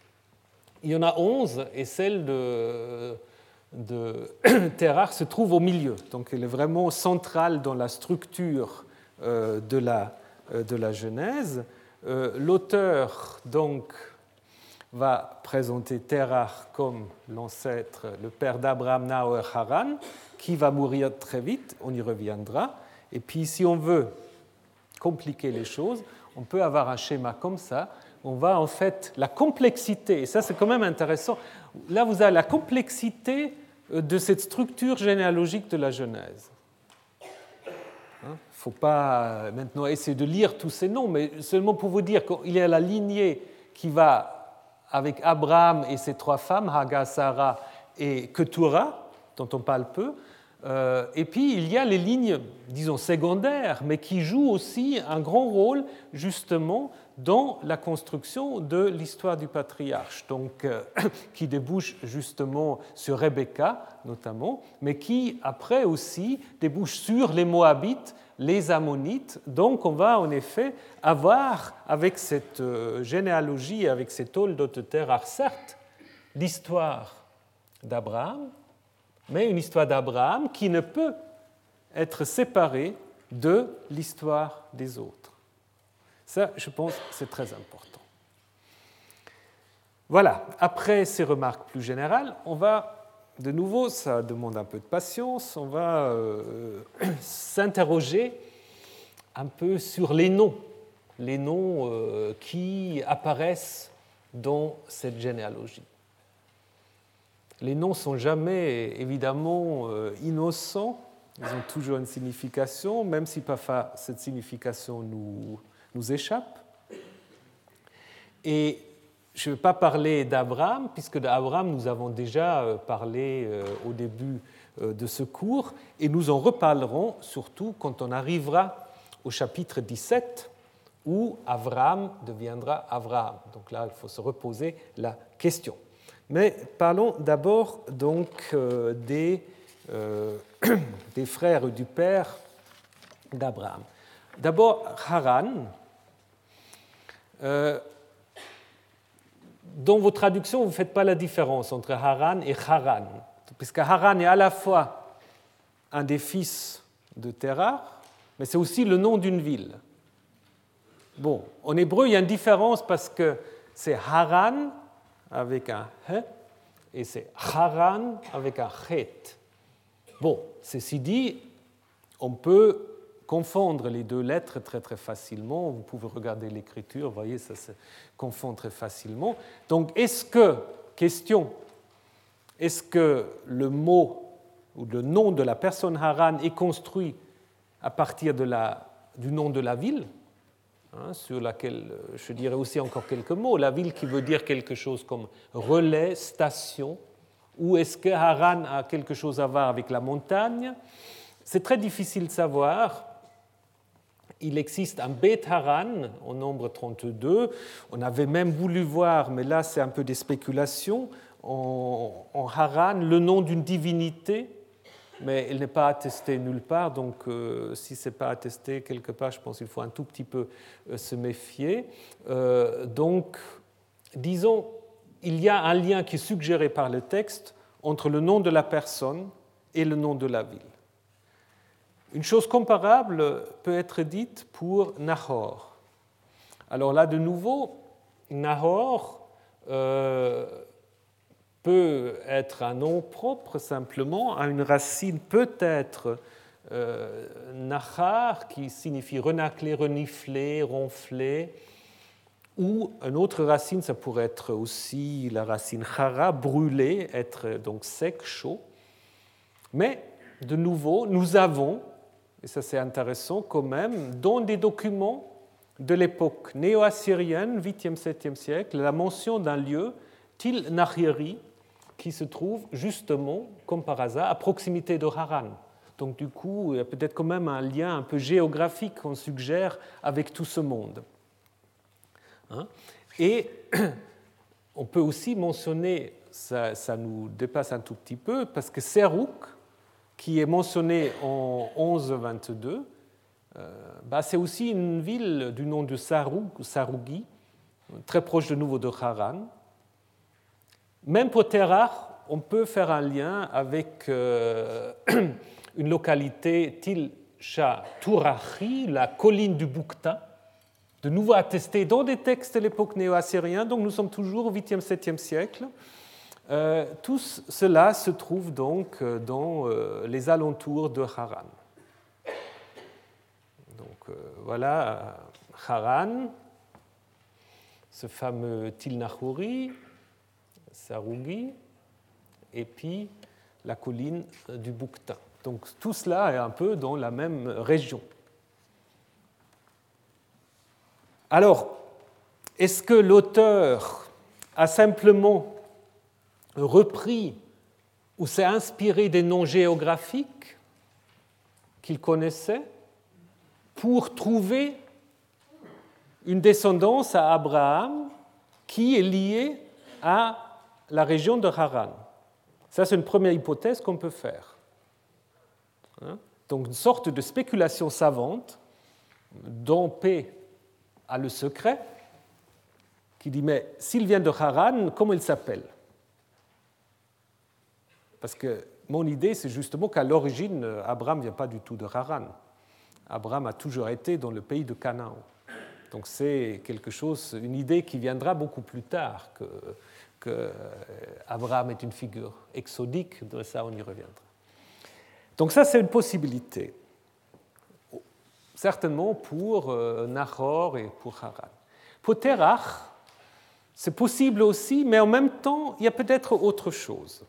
y en a onze et celle de, de Terach se trouve au milieu. Donc elle est vraiment centrale dans la structure euh, de, la, euh, de la Genèse. Euh, l'auteur donc va présenter Terach comme l'ancêtre, le père d'Abraham, Nahor, Haran, qui va mourir très vite, on y reviendra. Et puis, si on veut compliquer les choses, on peut avoir un schéma comme ça. On va en fait, la complexité, et ça c'est quand même intéressant, là vous avez la complexité de cette structure généalogique de la Genèse. Il ne faut pas maintenant essayer de lire tous ces noms, mais seulement pour vous dire qu'il y a la lignée qui va avec Abraham et ses trois femmes, Hagar, Sarah et Ketura, dont on parle peu. Euh, et puis, il y a les lignes, disons, secondaires, mais qui jouent aussi un grand rôle, justement, dans la construction de l'histoire du patriarche, donc, euh, qui débouche justement sur Rebecca, notamment, mais qui, après aussi, débouche sur les Moabites, les Ammonites. Donc, on va en effet avoir, avec cette euh, généalogie, avec ces Toldot de Terach, certes, l'histoire d'Abraham, mais une histoire d'Abraham qui ne peut être séparée de l'histoire des autres. Ça, je pense, c'est très important. Voilà, après ces remarques plus générales, on va, de nouveau, ça demande un peu de patience, on va euh, s'interroger un peu sur les noms, les noms euh, qui apparaissent dans cette généalogie. Les noms ne sont jamais, évidemment, euh, innocents, ils ont toujours une signification, même si parfois cette signification nous, nous échappe. Et je ne vais pas parler d'Abraham, puisque d'Abraham, nous avons déjà parlé au début de ce cours, et nous en reparlerons surtout quand on arrivera au chapitre dix-sept, où Abraham deviendra Abraham. Donc là, il faut se reposer la question. Mais parlons d'abord donc euh, des, euh, des frères du père d'Abraham. D'abord, Haran. Euh, dans vos traductions, vous ne faites pas la différence entre Haran et Haran, puisque Haran est à la fois un des fils de Terah, mais c'est aussi le nom d'une ville. Bon, en hébreu, il y a une différence parce que c'est Haran avec un H et c'est Haran avec un Chet. Bon, ceci dit, on peut confondre les deux lettres très très facilement. Vous pouvez regarder l'écriture, vous voyez, ça se confond très facilement. Donc, est-ce que, question, est-ce que le mot ou le nom de la personne Haran est construit à partir de la, du nom de la ville, hein, sur laquelle je dirais aussi encore quelques mots, la ville qui veut dire quelque chose comme relais, station, ou est-ce que Haran a quelque chose à voir avec la montagne? C'est très difficile de savoir. Il existe un Beth Haran au nombre trente-deux. On avait même voulu voir, mais là c'est un peu des spéculations, en, en Haran le nom d'une divinité, mais il n'est pas attesté nulle part, donc euh, si ce n'est pas attesté quelque part, je pense qu'il faut un tout petit peu euh, se méfier. Euh, donc, disons, il y a un lien qui est suggéré par le texte entre le nom de la personne et le nom de la ville. Une chose comparable peut être dite pour Nahor. Alors là, de nouveau, Nahor euh, peut être un nom propre simplement à une racine peut-être euh, Nahar, qui signifie renacler, renifler, ronfler, ou une autre racine, ça pourrait être aussi la racine Chara, brûler, être donc sec, chaud. Mais, de nouveau, nous avons, et ça c'est intéressant quand même, dans des documents de l'époque néo-assyrienne, huitième septième siècle, la mention d'un lieu, Til Nahiri, qui se trouve justement, comme par hasard, à proximité de Haran. Donc du coup, il y a peut-être quand même un lien un peu géographique qu'on suggère avec tout ce monde. Hein? Et on peut aussi mentionner, ça, ça nous dépasse un tout petit peu, parce que Serouk, qui est mentionné en onze vingt-deux, euh, bah c'est aussi une ville du nom de Saroug, Sarougi, très proche de nouveau de Haran. Même pour Terah, on peut faire un lien avec euh, une localité Til Sha Tourachi, la colline du Boukta, de nouveau attestée dans des textes de l'époque néo-assyrienne, donc nous sommes toujours au huitième septième siècle. Euh, tout cela se trouve donc dans euh, les alentours de Haran. Donc euh, voilà Haran, ce fameux Til Nahori, Sarougi, et puis la colline du Boukta. Donc tout cela est un peu dans la même région. Alors, est-ce que l'auteur a simplement repris ou s'est inspiré des noms géographiques qu'il connaissait pour trouver une descendance à Abraham qui est liée à la région de Haran? Ça, c'est une première hypothèse qu'on peut faire. Donc, une sorte de spéculation savante dont P a le secret, qui dit, mais s'il vient de Haran, comment il s'appelle? Parce que mon idée, c'est justement qu'à l'origine, Abraham ne vient pas du tout de Haran. Abraham a toujours été dans le pays de Canaan. Donc c'est quelque chose, une idée qui viendra beaucoup plus tard, que, que Abraham est une figure exodique, de ça on y reviendra. Donc ça, c'est une possibilité, certainement pour Nahor et pour Haran. Pour Terach, c'est possible aussi, mais en même temps, il y a peut-être autre chose.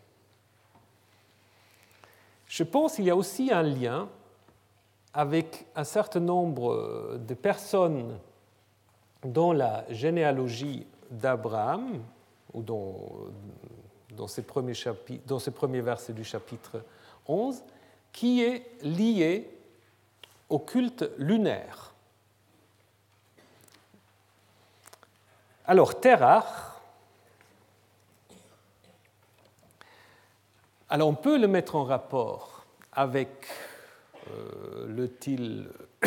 Je pense qu'il y a aussi un lien avec un certain nombre de personnes dans la généalogie d'Abraham, ou dans, dans, ces premiers chapitres, dans ces premiers versets du chapitre onze, qui est lié au culte lunaire. Alors, Terach, alors on peut le mettre en rapport avec euh, le til,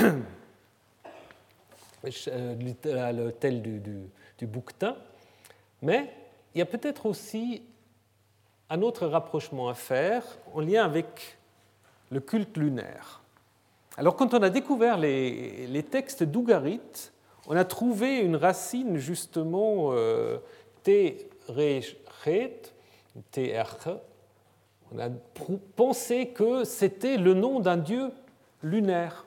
le tel du, du, du bouquetin, mais il y a peut-être aussi un autre rapprochement à faire en lien avec le culte lunaire. Alors, quand on a découvert les, les textes d'Ougarit, on a trouvé une racine justement euh, T-Rechet, T-R. On a pensé que c'était le nom d'un dieu lunaire.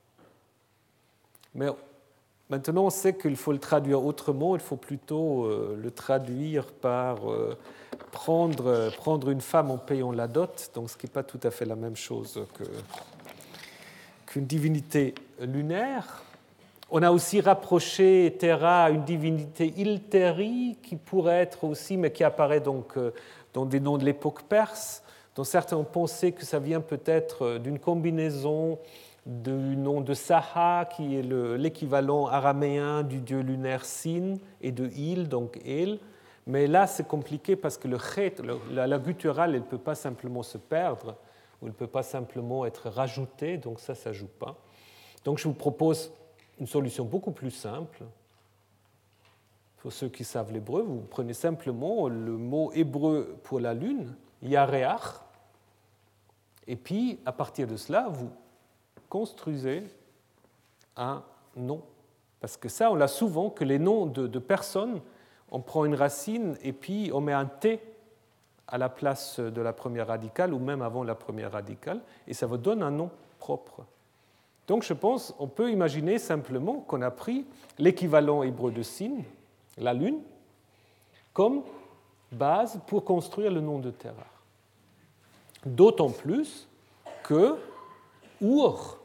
Mais maintenant, on sait qu'il faut le traduire autrement. Il faut plutôt euh, le traduire par euh, prendre, prendre une femme en payant la dot, donc ce qui n'est pas tout à fait la même chose que, qu'une divinité lunaire. On a aussi rapproché Terra à une divinité Ilteri, qui pourrait être aussi, mais qui apparaît donc dans des noms de l'époque perse, dont certains ont pensé que ça vient peut-être d'une combinaison du nom de Saha, qui est le, l'équivalent araméen du dieu lunaire Sin, et de Il, donc El. Mais là, c'est compliqué parce que le chet, la, la gutturale, elle ne peut pas simplement se perdre, ou elle ne peut pas simplement être rajoutée, donc ça, ça ne joue pas. Donc je vous propose une solution beaucoup plus simple. Pour ceux qui savent l'hébreu, vous prenez simplement le mot hébreu pour la lune, Yareach, et puis à partir de cela, vous construisez un nom. Parce que ça, on l'a souvent, que les noms de, de personnes, on prend une racine et puis on met un T à la place de la première radicale ou même avant la première radicale, et ça vous donne un nom propre. Donc je pense on peut imaginer simplement qu'on a pris l'équivalent hébreu de Sin, la lune, comme base pour construire le nom de Terach. D'autant plus que Ur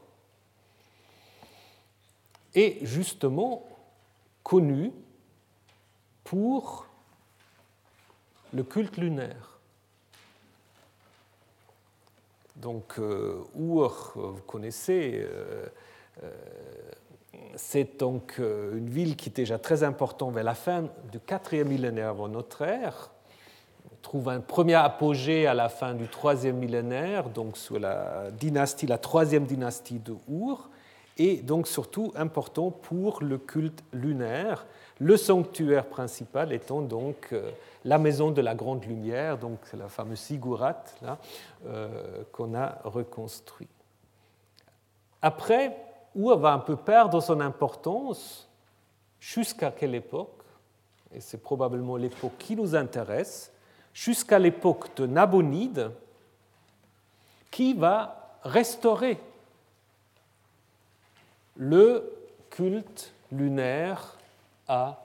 est justement connu pour le culte lunaire. Donc, euh, Ur, vous connaissez, euh, euh, c'est donc euh, une ville qui est déjà très importante vers la fin du quatrième millénaire avant notre ère. On trouve un premier apogée à la fin du troisième millénaire, donc sous la dynastie, la troisième dynastie de Ur, et donc surtout important pour le culte lunaire. Le sanctuaire principal étant donc euh, la maison de la Grande Lumière, donc la fameuse Sigourat là, euh, qu'on a reconstruit. Après, Ur va un peu perdre son importance jusqu'à quelle époque? Et c'est probablement l'époque qui nous intéresse, jusqu'à l'époque de Nabonide, qui va restaurer le culte lunaire à,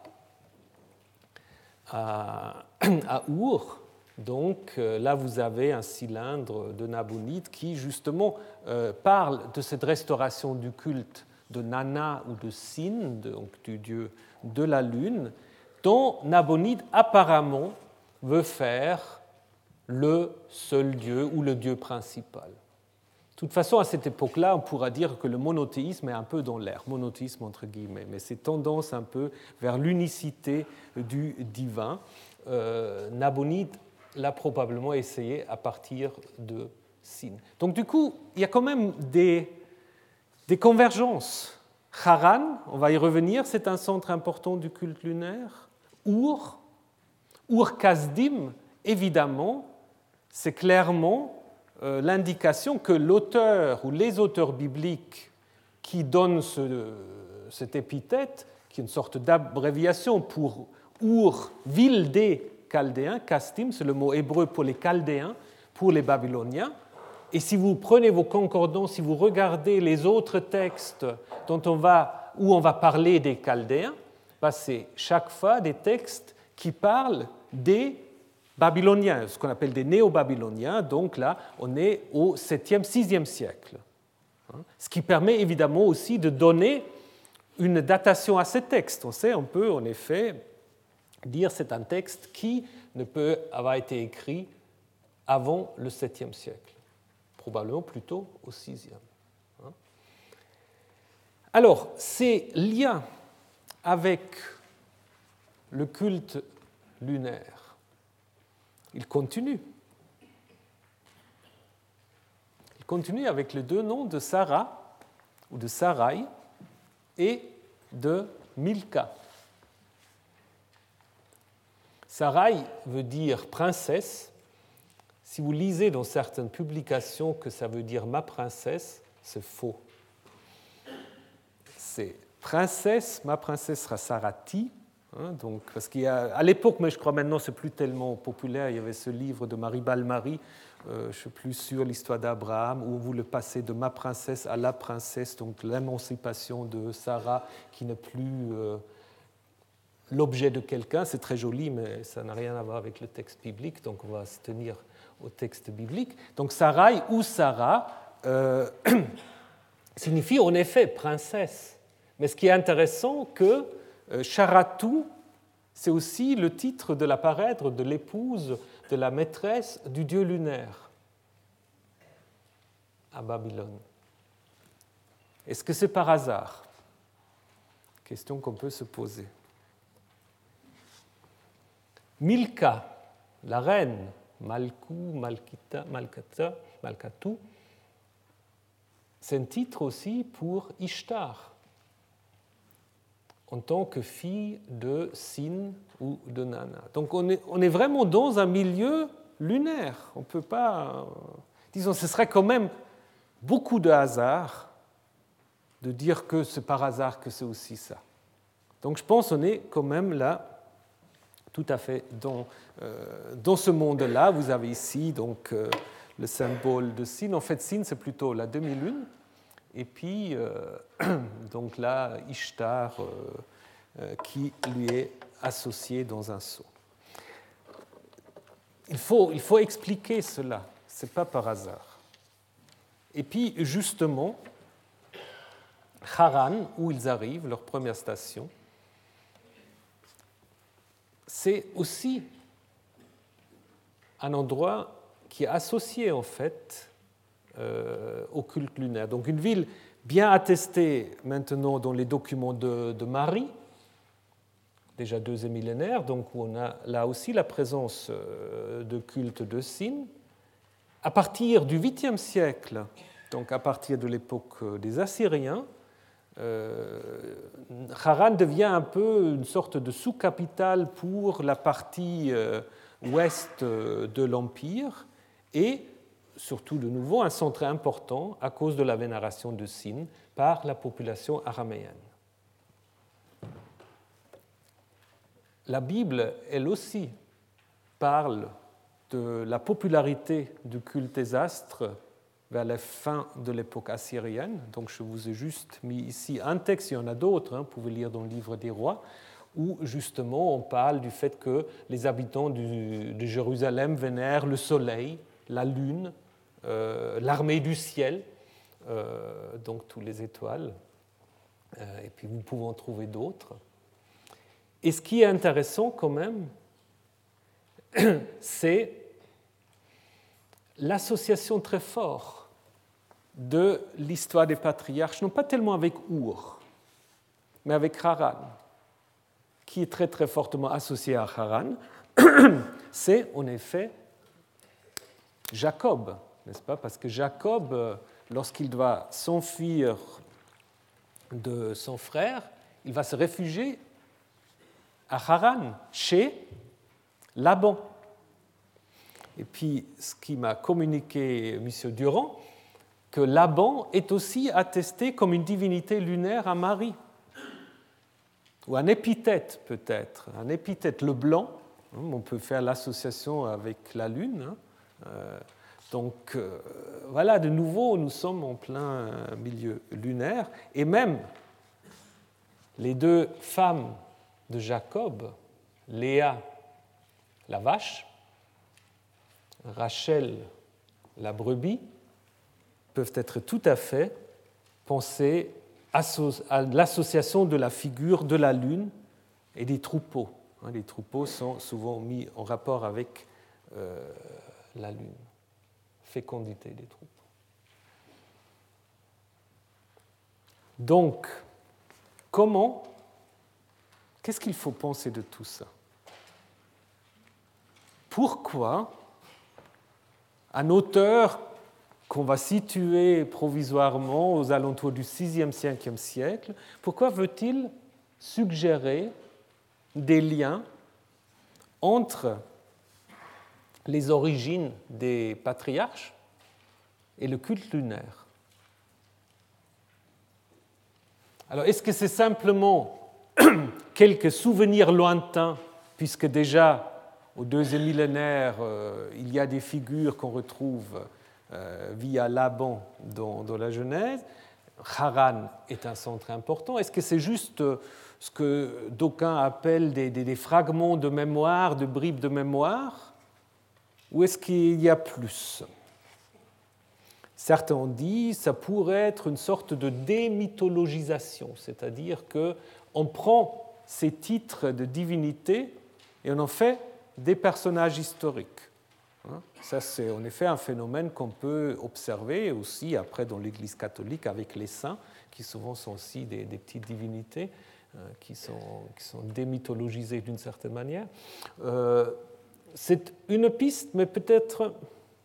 à, à Ur. Donc là, vous avez un cylindre de Nabonide qui, justement, euh, parle de cette restauration du culte de Nana ou de Sin, donc du dieu de la lune, dont Nabonide apparemment veut faire le seul dieu ou le dieu principal. De toute façon, à cette époque-là, on pourra dire que le monothéisme est un peu dans l'air, monothéisme entre guillemets, mais c'est tendance un peu vers l'unicité du divin. Euh, Nabonide l'a probablement essayé à partir de Sin. Donc du coup, il y a quand même des, des convergences. Haran, on va y revenir, c'est un centre important du culte lunaire. Ur, Ur-Kasdim, évidemment, c'est clairement euh, l'indication que l'auteur ou les auteurs bibliques qui donnent ce, cette épithète, qui est une sorte d'abréviation pour Ur, ville des Chaldéens, Kasdim, c'est le mot hébreu pour les Chaldéens, pour les Babyloniens. Et si vous prenez vos concordants, si vous regardez les autres textes dont on va, où on va parler des Chaldéens, ben c'est chaque fois des textes qui parlent des Babyloniens, ce qu'on appelle des néo-babyloniens. Donc là, on est au septième, sixième siècle. Ce qui permet évidemment aussi de donner une datation à ces textes. On sait, on peut en effet dire que c'est un texte qui ne peut avoir été écrit avant le septième siècle, probablement plutôt au sixième. Alors, ces liens avec le culte lunaire, ils continuent. Ils continuent avec les deux noms de Sarah, ou de Sarai, et de Milka. Sarai veut dire princesse. Si vous lisez dans certaines publications que ça veut dire ma princesse, c'est faux. C'est princesse, ma princesse sera Sarati, hein, donc, parce qu'il y a, à l'époque, mais je crois maintenant c'est plus tellement populaire, il y avait ce livre de Marie Balmary, euh, je ne suis plus sûr, l'histoire d'Abraham, où vous le passez de ma princesse à la princesse, donc l'émancipation de Sarah qui n'est plus euh, l'objet de quelqu'un, c'est très joli, mais ça n'a rien à voir avec le texte biblique, donc on va se tenir au texte biblique. Donc Sarai ou Sarah euh, signifie en effet princesse. Mais ce qui est intéressant, que euh, Charatu, c'est aussi le titre de la parèdre de l'épouse, de la maîtresse du dieu lunaire à Babylone. Est-ce que c'est par hasard? Question qu'on peut se poser. Milka, la reine, Malkou, Malkita, Malkata, Malkatou, c'est un titre aussi pour Ishtar, en tant que fille de Sin ou de Nana. Donc on est, on est vraiment dans un milieu lunaire. On ne peut pas... Disons, ce serait quand même beaucoup de hasard de dire que c'est par hasard que c'est aussi ça. Donc je pense qu'on est quand même là, tout à fait dans, euh, dans ce monde-là. Vous avez ici donc, euh, le symbole de Sin. En fait, Sin, c'est plutôt la demi-lune. Et puis, euh, donc là, Ishtar, euh, euh, qui lui est associé dans un sceau. Il faut, il faut expliquer cela, ce n'est pas par hasard. Et puis, justement, Haran, où ils arrivent, leur première station, c'est aussi un endroit qui est associé, en fait, Euh, au culte lunaire. Donc une ville bien attestée maintenant dans les documents de, de Marie, déjà deuxième millénaire, donc où on a là aussi la présence de culte de Sin. À partir du huitième siècle, donc à partir de l'époque des Assyriens, euh, Haran devient un peu une sorte de sous-capitale pour la partie euh, ouest de l'Empire et surtout de nouveau un centre important à cause de la vénération de Sin par la population araméenne. La Bible, elle aussi, parle de la popularité du culte des astres vers la fin de l'époque assyrienne. Donc je vous ai juste mis ici un texte, il y en a d'autres, hein, vous pouvez lire dans le livre des rois, où justement on parle du fait que les habitants du, de Jérusalem vénèrent le soleil, la lune, Euh, l'armée du ciel, euh, donc toutes les étoiles, euh, et puis nous pouvons en trouver d'autres. Et ce qui est intéressant quand même, c'est l'association très forte de l'histoire des patriarches, non pas tellement avec Our, mais avec Haran, qui est très très fortement associé à Haran. C'est en effet Jacob, n'est-ce pas? Parce que Jacob, lorsqu'il doit s'enfuir de son frère, il va se réfugier à Haran, chez Laban. Et puis, ce qui m'a communiqué M. Durand, que Laban est aussi attesté comme une divinité lunaire à Marie, ou un épithète peut-être, un épithète, le blanc, on peut faire l'association avec la lune, hein. Donc euh, voilà, de nouveau, nous sommes en plein milieu lunaire, et même les deux femmes de Jacob, Léa, la vache, Rachel, la brebis, peuvent être tout à fait pensées à l'association de la figure de la lune et des troupeaux. Les troupeaux sont souvent mis en rapport avec euh, la lune, fécondité des troupeaux. Donc, comment, qu'est-ce qu'il faut penser de tout ça? Pourquoi un auteur qu'on va situer provisoirement aux alentours du sixième, cinquième siècle, pourquoi veut-il suggérer des liens entre les origines des patriarches et le culte lunaire? Alors, est-ce que c'est simplement quelques souvenirs lointains, puisque déjà au deuxième millénaire, euh, il y a des figures qu'on retrouve euh, via Laban dans, dans la Genèse. Haran est un centre important. Est-ce que c'est juste euh, ce que d'aucuns appellent des, des, des fragments de mémoire, de bribes de mémoire, ou est-ce qu'il y a plus? Certains ont dit que ça pourrait être une sorte de démythologisation, c'est-à-dire qu'on prend ces titres de divinité et on en fait des personnages historiques. Ça, c'est en effet un phénomène qu'on peut observer aussi après dans l'Église catholique avec les saints, qui souvent sont aussi des, des petites divinités euh, qui, sont, qui sont démythologisées d'une certaine manière. Euh, c'est une piste, mais peut-être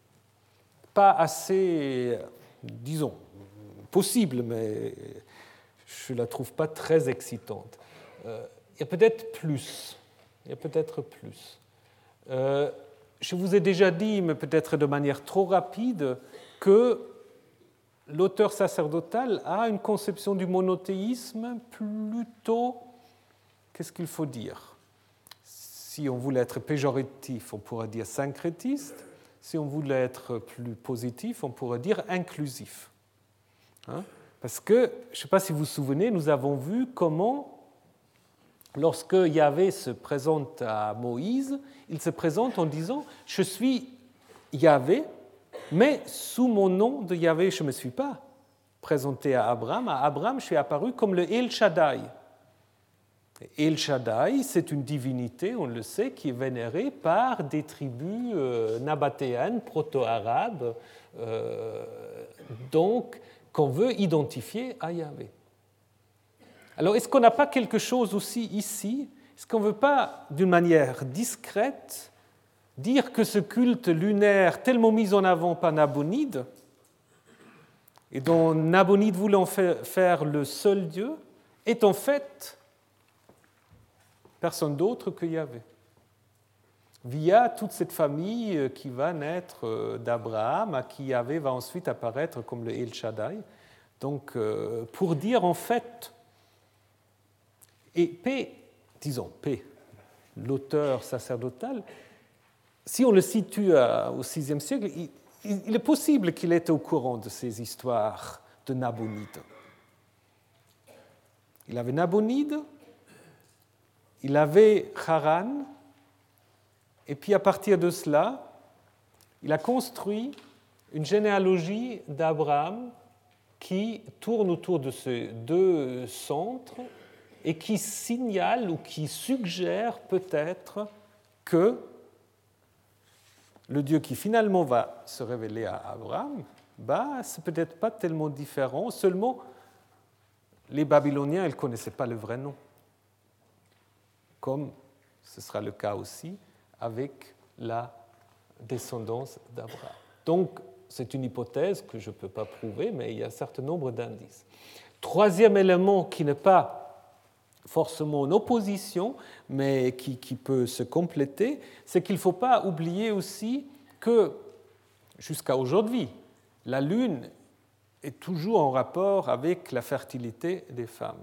pas assez, disons, possible, mais je ne la trouve pas très excitante. Euh, il y a peut-être plus. Il y a peut-être plus. Euh, je vous ai déjà dit, mais peut-être de manière trop rapide, que l'auteur sacerdotal a une conception du monothéisme plutôt, qu'est-ce qu'il faut dire? Si on voulait être péjoratif, on pourrait dire syncrétiste. Si on voulait être plus positif, on pourrait dire inclusif. Hein? Parce que, je ne sais pas si vous vous souvenez, nous avons vu comment, lorsque Yahvé se présente à Moïse, il se présente en disant « Je suis Yahvé, mais sous mon nom de Yahvé, je ne me suis pas présenté à Abraham. À Abraham, je suis apparu comme le El Shaddai. » El Shaddai, c'est une divinité, on le sait, qui est vénérée par des tribus euh, nabatéennes, proto-arabes, euh, donc qu'on veut identifier à Yahvé. Alors, est-ce qu'on n'a pas quelque chose aussi ici? Est-ce qu'on ne veut pas, d'une manière discrète, dire que ce culte lunaire, tellement mis en avant par Nabonide, et dont Nabonide voulait en faire le seul Dieu, est en fait personne d'autre que Yahvé, via toute cette famille qui va naître d'Abraham, à qui Yahvé va ensuite apparaître comme le El Shaddai. Donc, pour dire en fait, et P, disons P, l'auteur sacerdotal, si on le situe au sixième siècle, il, il est possible qu'il était au courant de ces histoires de Nabonide. Il avait Nabonide, il avait Haran, et puis à partir de cela, il a construit une généalogie d'Abraham qui tourne autour de ces deux centres et qui signale ou qui suggère peut-être que le Dieu qui finalement va se révéler à Abraham, bah, c'est peut-être pas tellement différent, seulement les Babyloniens ne connaissaient pas le vrai nom, comme ce sera le cas aussi avec la descendance d'Abraham. Donc, c'est une hypothèse que je ne peux pas prouver, mais il y a un certain nombre d'indices. Troisième élément qui n'est pas forcément en opposition, mais qui, qui peut se compléter, c'est qu'il ne faut pas oublier aussi que, jusqu'à aujourd'hui, la Lune est toujours en rapport avec la fertilité des femmes.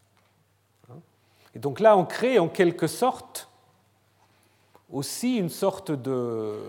Et donc là, on crée en quelque sorte aussi une sorte de,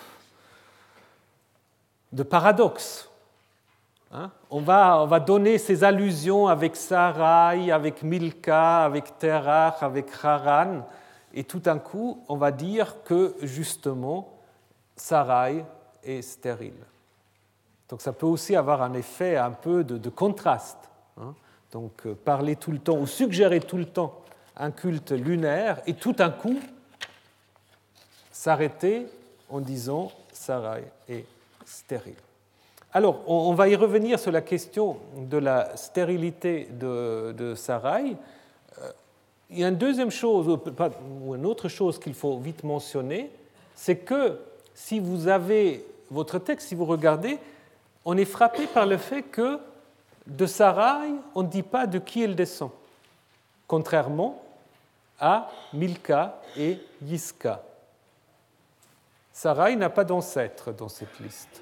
de paradoxe. Hein? On va, on va donner ces allusions avec Sarai, avec Milka, avec Terach, avec Haran, et tout d'un coup, on va dire que justement, Sarai est stérile. Donc ça peut aussi avoir un effet un peu de, de contraste. Hein? Donc parler tout le temps, ou suggérer tout le temps un culte lunaire et tout d'un coup s'arrêter en disant Sarai est stérile. Alors, on va y revenir sur la question de la stérilité de, de Sarai. Il y a une deuxième chose, ou une autre chose qu'il faut vite mentionner, c'est que si vous avez votre texte, si vous regardez, on est frappé par le fait que de Sarai, on ne dit pas de qui elle descend, contrairement à Milka et Yiska. Sarai n'a pas d'ancêtre dans cette liste.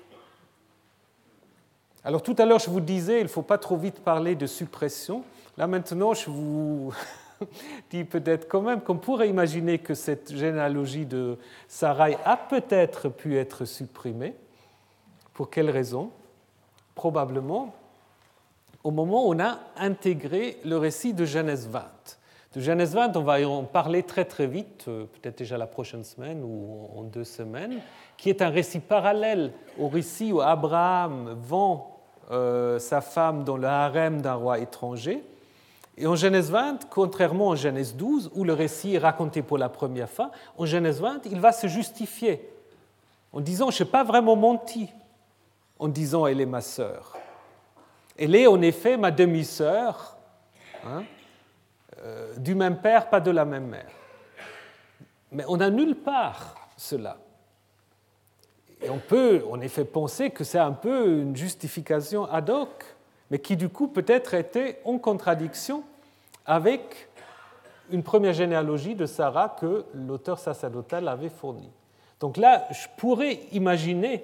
Alors tout à l'heure, je vous disais, il ne faut pas trop vite parler de suppression. Là maintenant, je vous dis peut-être quand même qu'on pourrait imaginer que cette généalogie de Sarai a peut-être pu être supprimée. Pour quelle raison ? Probablement au moment où on a intégré le récit de Genèse vingt. De Genèse vingt, on va en parler très très vite, peut-être déjà la prochaine semaine ou en deux semaines, qui est un récit parallèle au récit où Abraham vend euh, sa femme dans le harem d'un roi étranger. Et en Genèse vingt, contrairement en Genèse douze, où le récit est raconté pour la première fois, en Genèse vingt, il va se justifier en disant « je n'ai pas vraiment menti », en disant « elle est ma sœur ». Elle est en effet ma demi-sœur, hein, euh, du même père, pas de la même mère. Mais on n'a nulle part cela. Et on peut en effet penser que c'est un peu une justification ad hoc, mais qui du coup peut-être était en contradiction avec une première généalogie de Sarah que l'auteur sacerdotal avait fournie. Donc là, je pourrais imaginer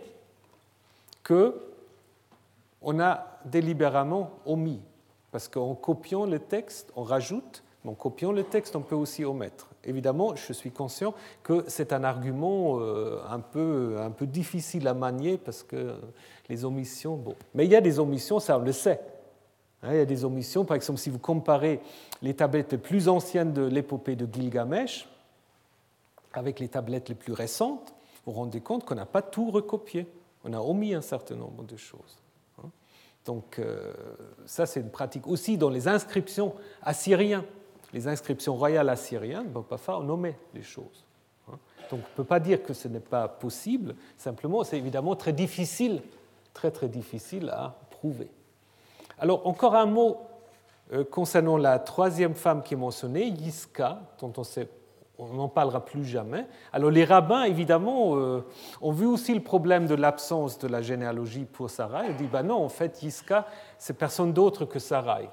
qu'on a délibérément omis, parce qu'en copiant le texte, on rajoute, mais en copiant le texte, on peut aussi omettre. Évidemment, je suis conscient que c'est un argument un peu, un peu difficile à manier, parce que les omissions... Bon. Mais il y a des omissions, ça on le sait. Il y a des omissions, par exemple, si vous comparez les tablettes les plus anciennes de l'épopée de Gilgamesh avec les tablettes les plus récentes, vous vous rendez compte qu'on n'a pas tout recopié. On a omis un certain nombre de choses. Donc euh, ça, c'est une pratique aussi dans les inscriptions assyriennes. Les inscriptions royales assyriennes, bon, parfois on omet les choses. Donc on ne peut pas dire que ce n'est pas possible, simplement c'est évidemment très difficile, très très difficile à prouver. Alors encore un mot euh, concernant la troisième femme qui est mentionnée, Yiska, dont on sait on n'en parlera plus jamais. Alors les rabbins, évidemment, euh, ont vu aussi le problème de l'absence de la généalogie pour Sarai. Ils disent, ben non, en fait, Yiska, c'est personne d'autre que Sarai.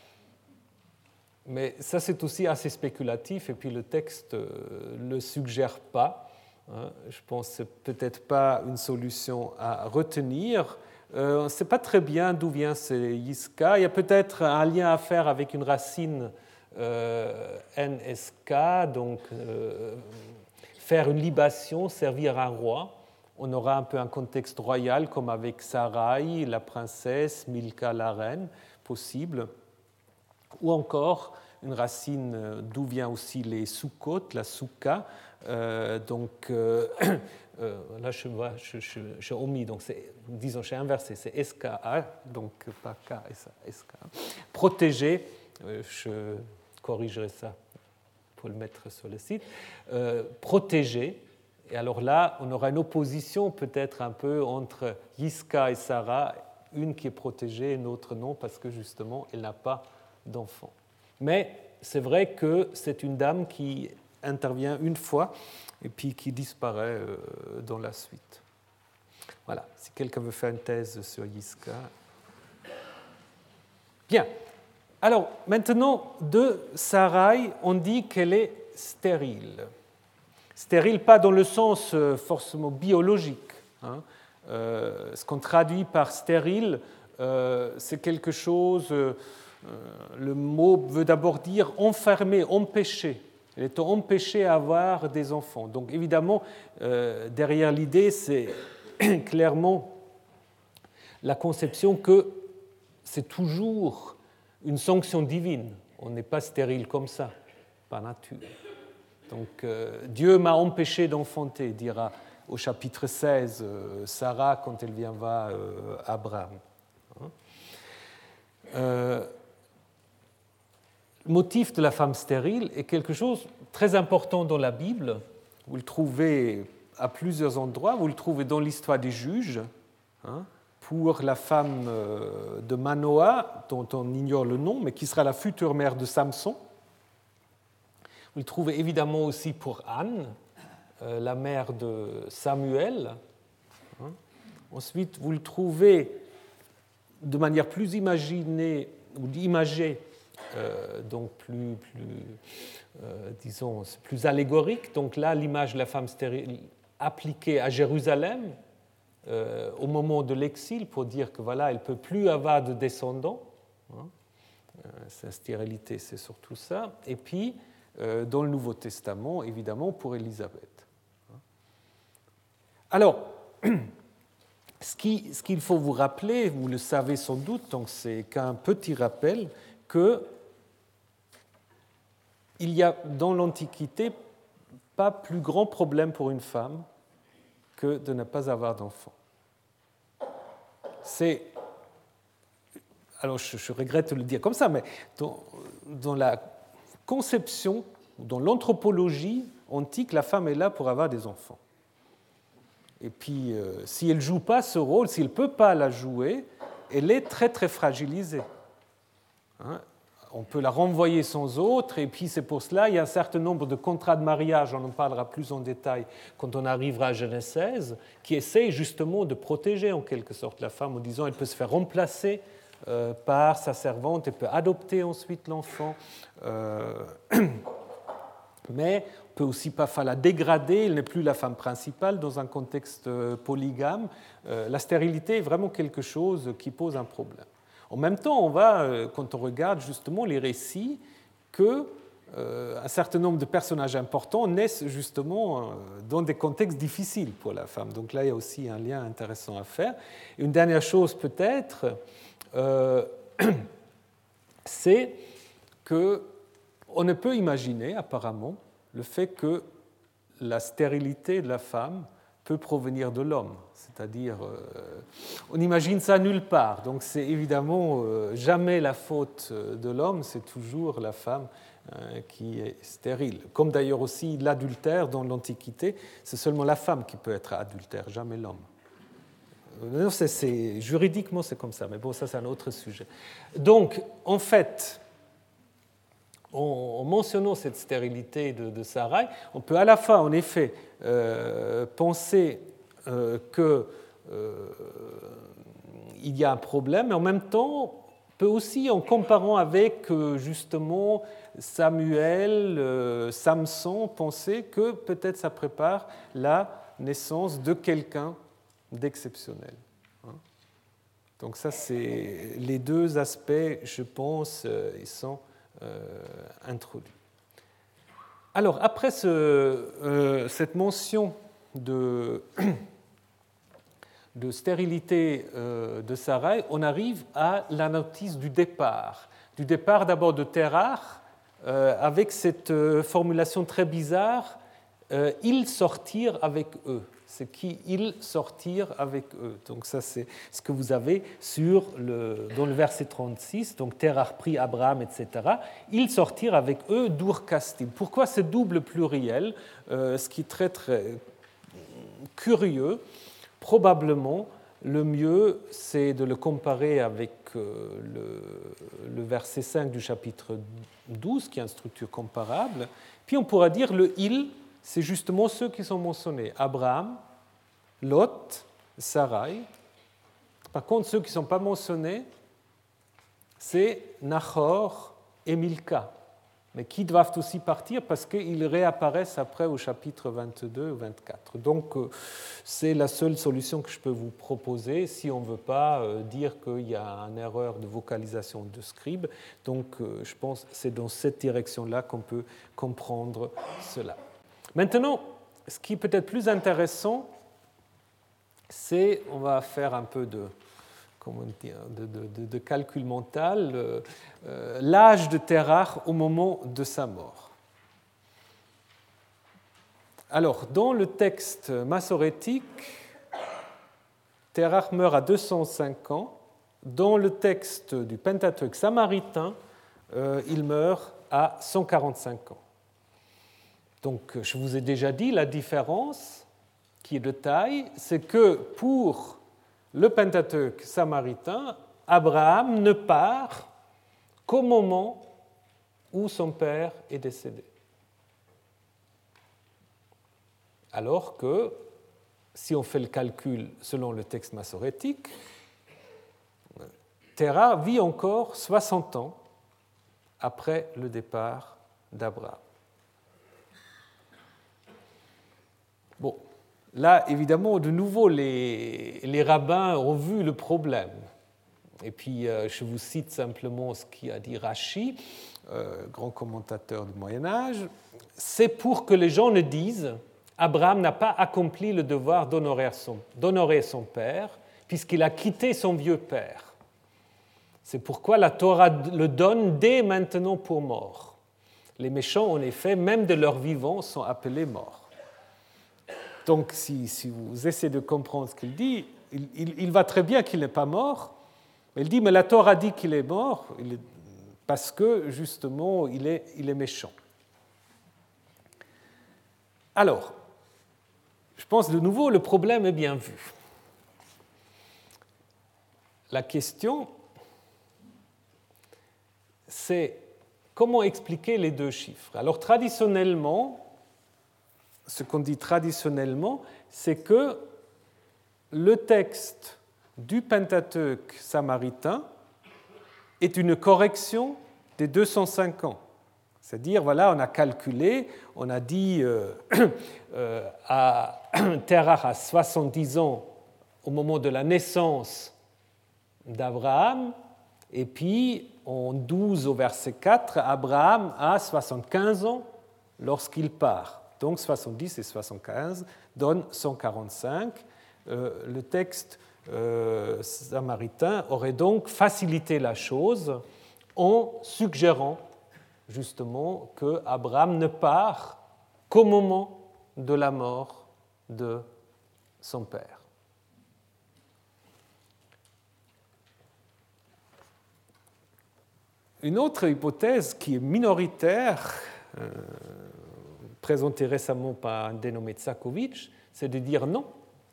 Mais ça, c'est aussi assez spéculatif, et puis le texte ne le suggère pas. Hein. Je pense que ce n'est peut-être pas une solution à retenir. Euh, on ne sait pas très bien d'où vient ce Yiska. Il y a peut-être un lien à faire avec une racine Euh, N S K, donc euh, faire une libation, servir un roi. On aura un peu un contexte royal, comme avec Sarai, la princesse, Milka, la reine, possible. Ou encore une racine d'où vient aussi les Sukkot, la Souka. Euh, donc euh, euh, là, je vois, je, je, je omis, donc c'est, disons, j'ai inversé, c'est S K A, donc pas K, S K A. Protégé, euh, je corrigerai ça pour le mettre sur le site, euh, protégé. Et alors là, on aura une opposition peut-être un peu entre Yiska et Sarah, une qui est protégée et une autre non, parce que justement, elle n'a pas d'enfant. Mais c'est vrai que c'est une dame qui intervient une fois et puis qui disparaît euh, dans la suite. Voilà, si quelqu'un veut faire une thèse sur Yiska. Bien. Alors, maintenant, de Sarai, on dit qu'elle est stérile. Stérile, pas dans le sens forcément biologique. Hein. Euh, ce qu'on traduit par stérile, euh, c'est quelque chose, euh, le mot veut d'abord dire enfermé, empêché. Elle est empêchée à avoir des enfants. Donc, évidemment, euh, derrière l'idée, c'est clairement la conception que c'est toujours une sanction divine. On n'est pas stérile comme ça, par nature. Donc, euh, Dieu m'a empêché d'enfanter, dira au chapitre seize euh, Sarah quand elle vient voir euh, Abraham. Hein euh, le motif de la femme stérile est quelque chose de très important dans la Bible. Vous le trouvez à plusieurs endroits. Vous le trouvez dans l'histoire des juges, hein, pour la femme de Manoah, dont on ignore le nom, mais qui sera la future mère de Samson. Vous le trouvez évidemment aussi pour Anne, euh, la mère de Samuel. Hein. Ensuite, vous le trouvez de manière plus imaginée ou imagée, euh, donc plus, plus euh, disons, plus allégorique. Donc là, l'image de la femme stérile appliquée à Jérusalem euh, au moment de l'exil pour dire que voilà, elle ne peut plus avoir de descendants. Hein. Euh, sa stérilité, c'est surtout ça. Et puis, euh, dans le Nouveau Testament, évidemment, pour Élisabeth. Alors, ce qui, ce qu'il faut vous rappeler, vous le savez sans doute, donc c'est qu'un petit rappel, qu'il y a dans l'Antiquité pas plus grand problème pour une femme que de ne pas avoir d'enfant. C'est, alors je, je regrette de le dire comme ça, mais dans, dans la conception, dans l'anthropologie antique, la femme est là pour avoir des enfants. Et puis, euh, si elle ne joue pas ce rôle, si elle ne peut pas la jouer, elle est très, très fragilisée. Hein? On peut la renvoyer sans autre, et puis c'est pour cela qu'il y a un certain nombre de contrats de mariage, on en parlera plus en détail quand on arrivera à Genèse seize, qui essayent justement de protéger en quelque sorte la femme en disant qu'elle peut se faire remplacer euh, par sa servante, elle peut adopter ensuite l'enfant, euh, mais on ne peut aussi pas la dégrader, elle n'est plus la femme principale dans un contexte polygame. Euh, la stérilité est vraiment quelque chose qui pose un problème. En même temps, on va, quand on regarde justement les récits, qu'un euh, certain nombre de personnages importants naissent justement euh, dans des contextes difficiles pour la femme. Donc là, il y a aussi un lien intéressant à faire. Une dernière chose peut-être, euh, c'est qu'on ne peut imaginer apparemment le fait que la stérilité de la femme peut provenir de l'homme, c'est-à-dire euh, on imagine ça nulle part, donc c'est évidemment euh, jamais la faute de l'homme, c'est toujours la femme euh, qui est stérile. Comme d'ailleurs aussi l'adultère dans l'Antiquité, c'est seulement la femme qui peut être adultère, jamais l'homme. Euh, c'est, c'est, juridiquement c'est comme ça, mais bon ça c'est un autre sujet. Donc en fait, en mentionnant cette stérilité de, de Sarai, on peut à la fois, en effet, euh, penser euh, qu'il euh, y a un problème, mais en même temps, on peut aussi, en comparant avec euh, justement Samuel, euh, Samson, penser que peut-être ça prépare la naissance de quelqu'un d'exceptionnel. Hein. Donc ça, c'est les deux aspects, je pense, euh, ils sont Euh, introduit. Alors, après ce, euh, cette mention de, de stérilité euh, de Sarai, on arrive à la notice du départ. Du départ d'abord de Terach, euh, avec cette euh, formulation très bizarre, euh, « ils sortirent avec eux ». C'est qui ils sortirent avec eux. Donc ça, c'est ce que vous avez sur le, dans le verset trente-six. Donc Terach prit Abraham, et cetera. Ils sortirent avec eux d'Ur-Kasdim. Pourquoi ce double pluriel, euh, ce qui est très très curieux. Probablement, le mieux, c'est de le comparer avec euh, le, le verset cinq du chapitre douze, qui a une structure comparable. Puis on pourra dire le il. C'est justement ceux qui sont mentionnés, Abraham, Lot, Sarai. Par contre, ceux qui ne sont pas mentionnés, c'est Nachor et Milka, mais qui doivent aussi partir parce qu'ils réapparaissent après au chapitre vingt-deux ou vingt-quatre. Donc, c'est la seule solution que je peux vous proposer si on ne veut pas dire qu'il y a une erreur de vocalisation de scribe. Donc, je pense que c'est dans cette direction-là qu'on peut comprendre cela. Maintenant, ce qui est peut-être plus intéressant, c'est, on va faire un peu de, comment dire, de, de, de calcul mental, euh, l'âge de Terach au moment de sa mort. Alors, dans le texte massorétique, Terach meurt à deux cent cinq ans. Dans le texte du Pentateuque samaritain, euh, il meurt à cent quarante-cinq ans. Donc, je vous ai déjà dit, la différence qui est de taille, c'est que pour le Pentateuque samaritain, Abraham ne part qu'au moment où son père est décédé. Alors que, si on fait le calcul selon le texte massorétique, Terah vit encore soixante ans après le départ d'Abraham. Bon, là, évidemment, de nouveau, les, les rabbins ont vu le problème. Et puis, euh, je vous cite simplement ce qu'a dit Rashi, euh, grand commentateur du Moyen-Âge. C'est pour que les gens ne disent « Abraham n'a pas accompli le devoir d'honorer son, d'honorer son père, puisqu'il a quitté son vieux père. C'est pourquoi la Torah le donne dès maintenant pour mort. Les méchants, en effet, même de leur vivant, sont appelés morts. » Donc, si, si vous essayez de comprendre ce qu'il dit, il, il, il va très bien qu'il n'est pas mort, mais il dit, mais la Torah dit qu'il est mort il est, parce que, justement, il est, il est méchant. Alors, je pense de nouveau, le problème est bien vu. La question, c'est comment expliquer les deux chiffres. Alors, traditionnellement, ce qu'on dit traditionnellement, c'est que le texte du Pentateuque samaritain est une correction des deux cent cinq ans. C'est-à-dire, voilà, on a calculé, on a dit euh, euh, à Terah a soixante-dix ans au moment de la naissance d'Abraham, et puis en douze au verset quatre, Abraham a soixante-quinze ans lorsqu'il part. Donc soixante-dix et soixante-quinze donnent cent quarante-cinq. Euh, le texte euh, samaritain aurait donc facilité la chose en suggérant justement qu'Abraham ne part qu'au moment de la mort de son père. Une autre hypothèse qui est minoritaire, euh, présentée récemment par un dénommé Tsakovitch, c'est de dire non.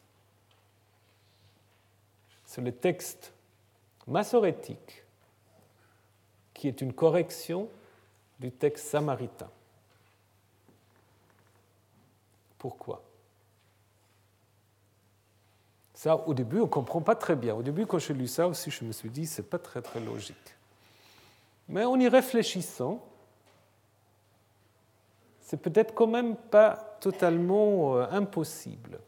C'est le texte massorétique qui est une correction du texte samaritain. Pourquoi ? Ça, au début, on ne comprend pas très bien. Au début, quand j'ai lu ça aussi, je me suis dit, ce n'est pas très, très logique. Mais en y réfléchissant, c'est peut-être quand même pas totalement euh, impossible.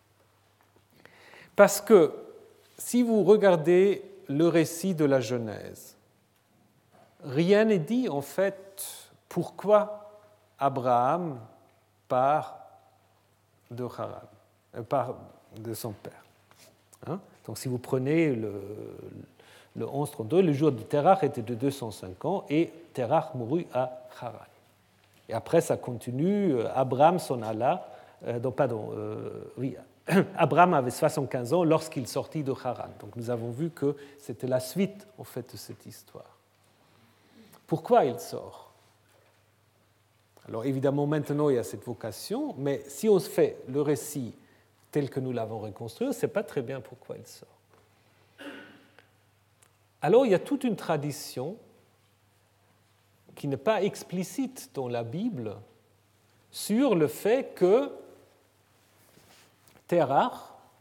Parce que si vous regardez le récit de la Genèse, rien n'est dit en fait pourquoi Abraham part de Haran, euh, part de son père. Hein? Donc si vous prenez le, le onze trente-deux, le jour de Terah était de deux cent cinq ans et Terah mourut à Haran. Et après, ça continue. Abraham s'en alla. Euh, donc, pardon, euh, oui, Abraham avait soixante-quinze ans lorsqu'il sortit de Haran. Donc, nous avons vu que c'était la suite, en fait, de cette histoire. Pourquoi il sort ? Alors, évidemment, maintenant, il y a cette vocation, mais si on se fait le récit tel que nous l'avons reconstruit, on ne sait pas très bien pourquoi il sort. Alors, il y a toute une tradition qui n'est pas explicite dans la Bible sur le fait que Terah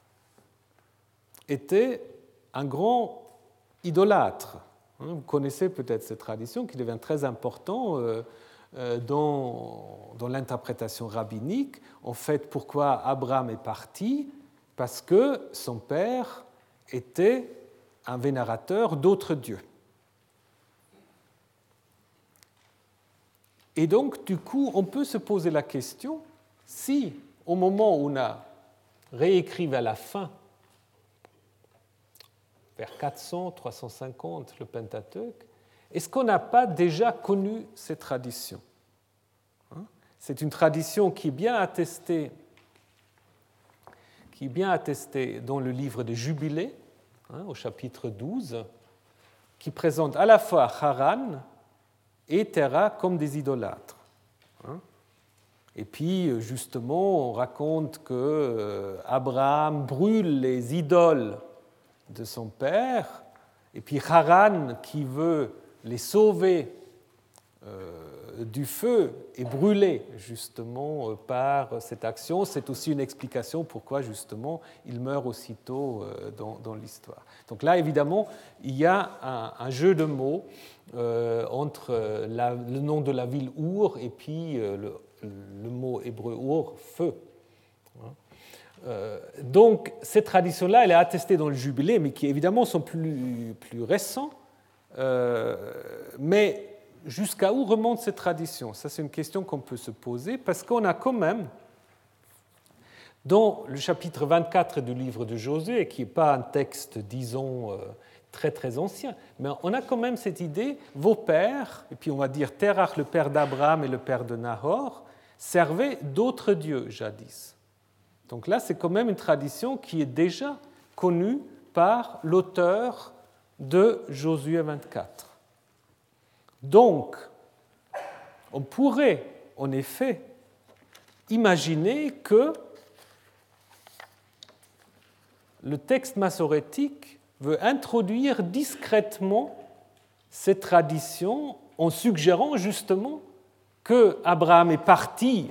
était un grand idolâtre. Vous connaissez peut-être cette tradition qui devient très importante dans, dans l'interprétation rabbinique. En fait, pourquoi Abraham est parti ? Parce que son père était un vénérateur d'autres dieux. Et donc, du coup, on peut se poser la question, si, au moment où on a réécrit vers la fin, vers quatre cents, trois cent cinquante, le Pentateuque, est-ce qu'on n'a pas déjà connu cette tradition ? C'est une tradition qui est bien attestée, qui est bien attestée dans le livre des Jubilés, hein, au chapitre douze, qui présente à la fois Haran et Terah comme des idolâtres. Hein? Et puis, justement, on raconte qu'Abraham brûle les idoles de son père, et puis Haran, qui veut les sauver euh, du feu, est brûlé justement par cette action. C'est aussi une explication pourquoi justement il meurt aussitôt euh, dans, dans l'histoire. Donc là, évidemment, il y a un, un jeu de mots euh, entre la, le nom de la ville Our et puis euh, le, le mot hébreu Or, feu. Euh, donc, cette tradition-là, elle est attestée dans le Jubilé, mais qui évidemment sont plus, plus récents. Euh, mais jusqu'à où remonte cette tradition? Ça, c'est une question qu'on peut se poser, parce qu'on a quand même, dans le chapitre vingt-quatre du livre de Josué, qui n'est pas un texte, disons, euh, très très ancien, mais on a quand même cette idée, vos pères, et puis on va dire Terach, le père d'Abraham et le père de Nahor, servaient d'autres dieux jadis. Donc là, c'est quand même une tradition qui est déjà connue par l'auteur de Josué vingt-quatre. Donc, on pourrait en effet imaginer que le texte massorétique veut introduire discrètement cette tradition en suggérant justement que Abraham est parti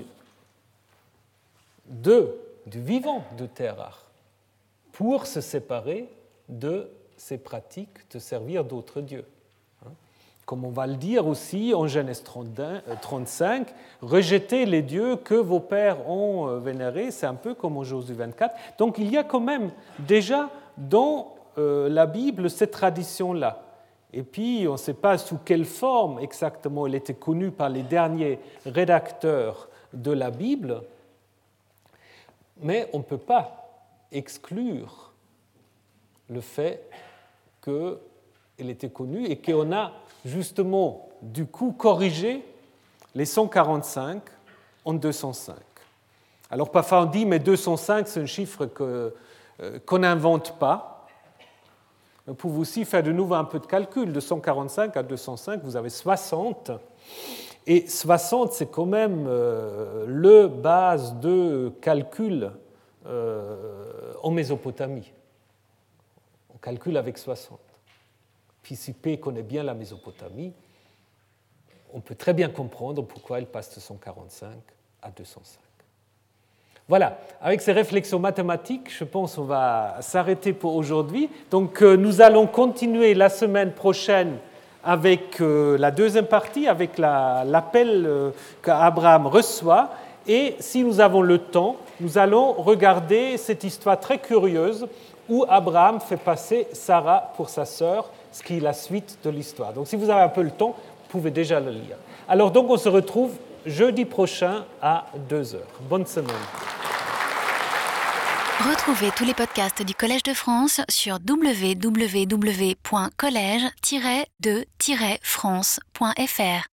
de du vivant de Terach, pour se séparer de ces pratiques de servir d'autres dieux. Comme on va le dire aussi en Genèse trente-cinq, rejetez les dieux que vos pères ont vénérés, c'est un peu comme en Josué vingt-quatre. Donc il y a quand même déjà dans la Bible cette tradition-là. Et puis on ne sait pas sous quelle forme exactement elle était connue par les derniers rédacteurs de la Bible, mais on ne peut pas exclure le fait qu'elle était connue et qu'on a justement du coup corrigé les cent quarante-cinq en deux cent cinq. Alors parfois on dit mais deux cent cinq c'est un chiffre que, euh, qu'on n'invente pas. Vous pouvez aussi faire de nouveau un peu de calcul. De cent quarante-cinq à deux cent cinq, vous avez soixante. Et soixante, c'est quand même euh, le base de calcul euh, en Mésopotamie. On calcule avec soixante. Puis si P connaît bien la Mésopotamie, on peut très bien comprendre pourquoi elle passe de cent quarante-cinq à deux cent cinq. Voilà, avec ces réflexions mathématiques, je pense qu'on va s'arrêter pour aujourd'hui. Donc euh, nous allons continuer la semaine prochaine avec euh, la deuxième partie, avec la, l'appel euh, qu'Abraham reçoit. Et si nous avons le temps, nous allons regarder cette histoire très curieuse où Abraham fait passer Sarah pour sa sœur, ce qui est la suite de l'histoire. Donc si vous avez un peu le temps, vous pouvez déjà le lire. Alors donc on se retrouve jeudi prochain à deux heures. Bonne semaine. Retrouvez tous les podcasts du Collège de France sur w w w point collège tiret de tiret france point f r.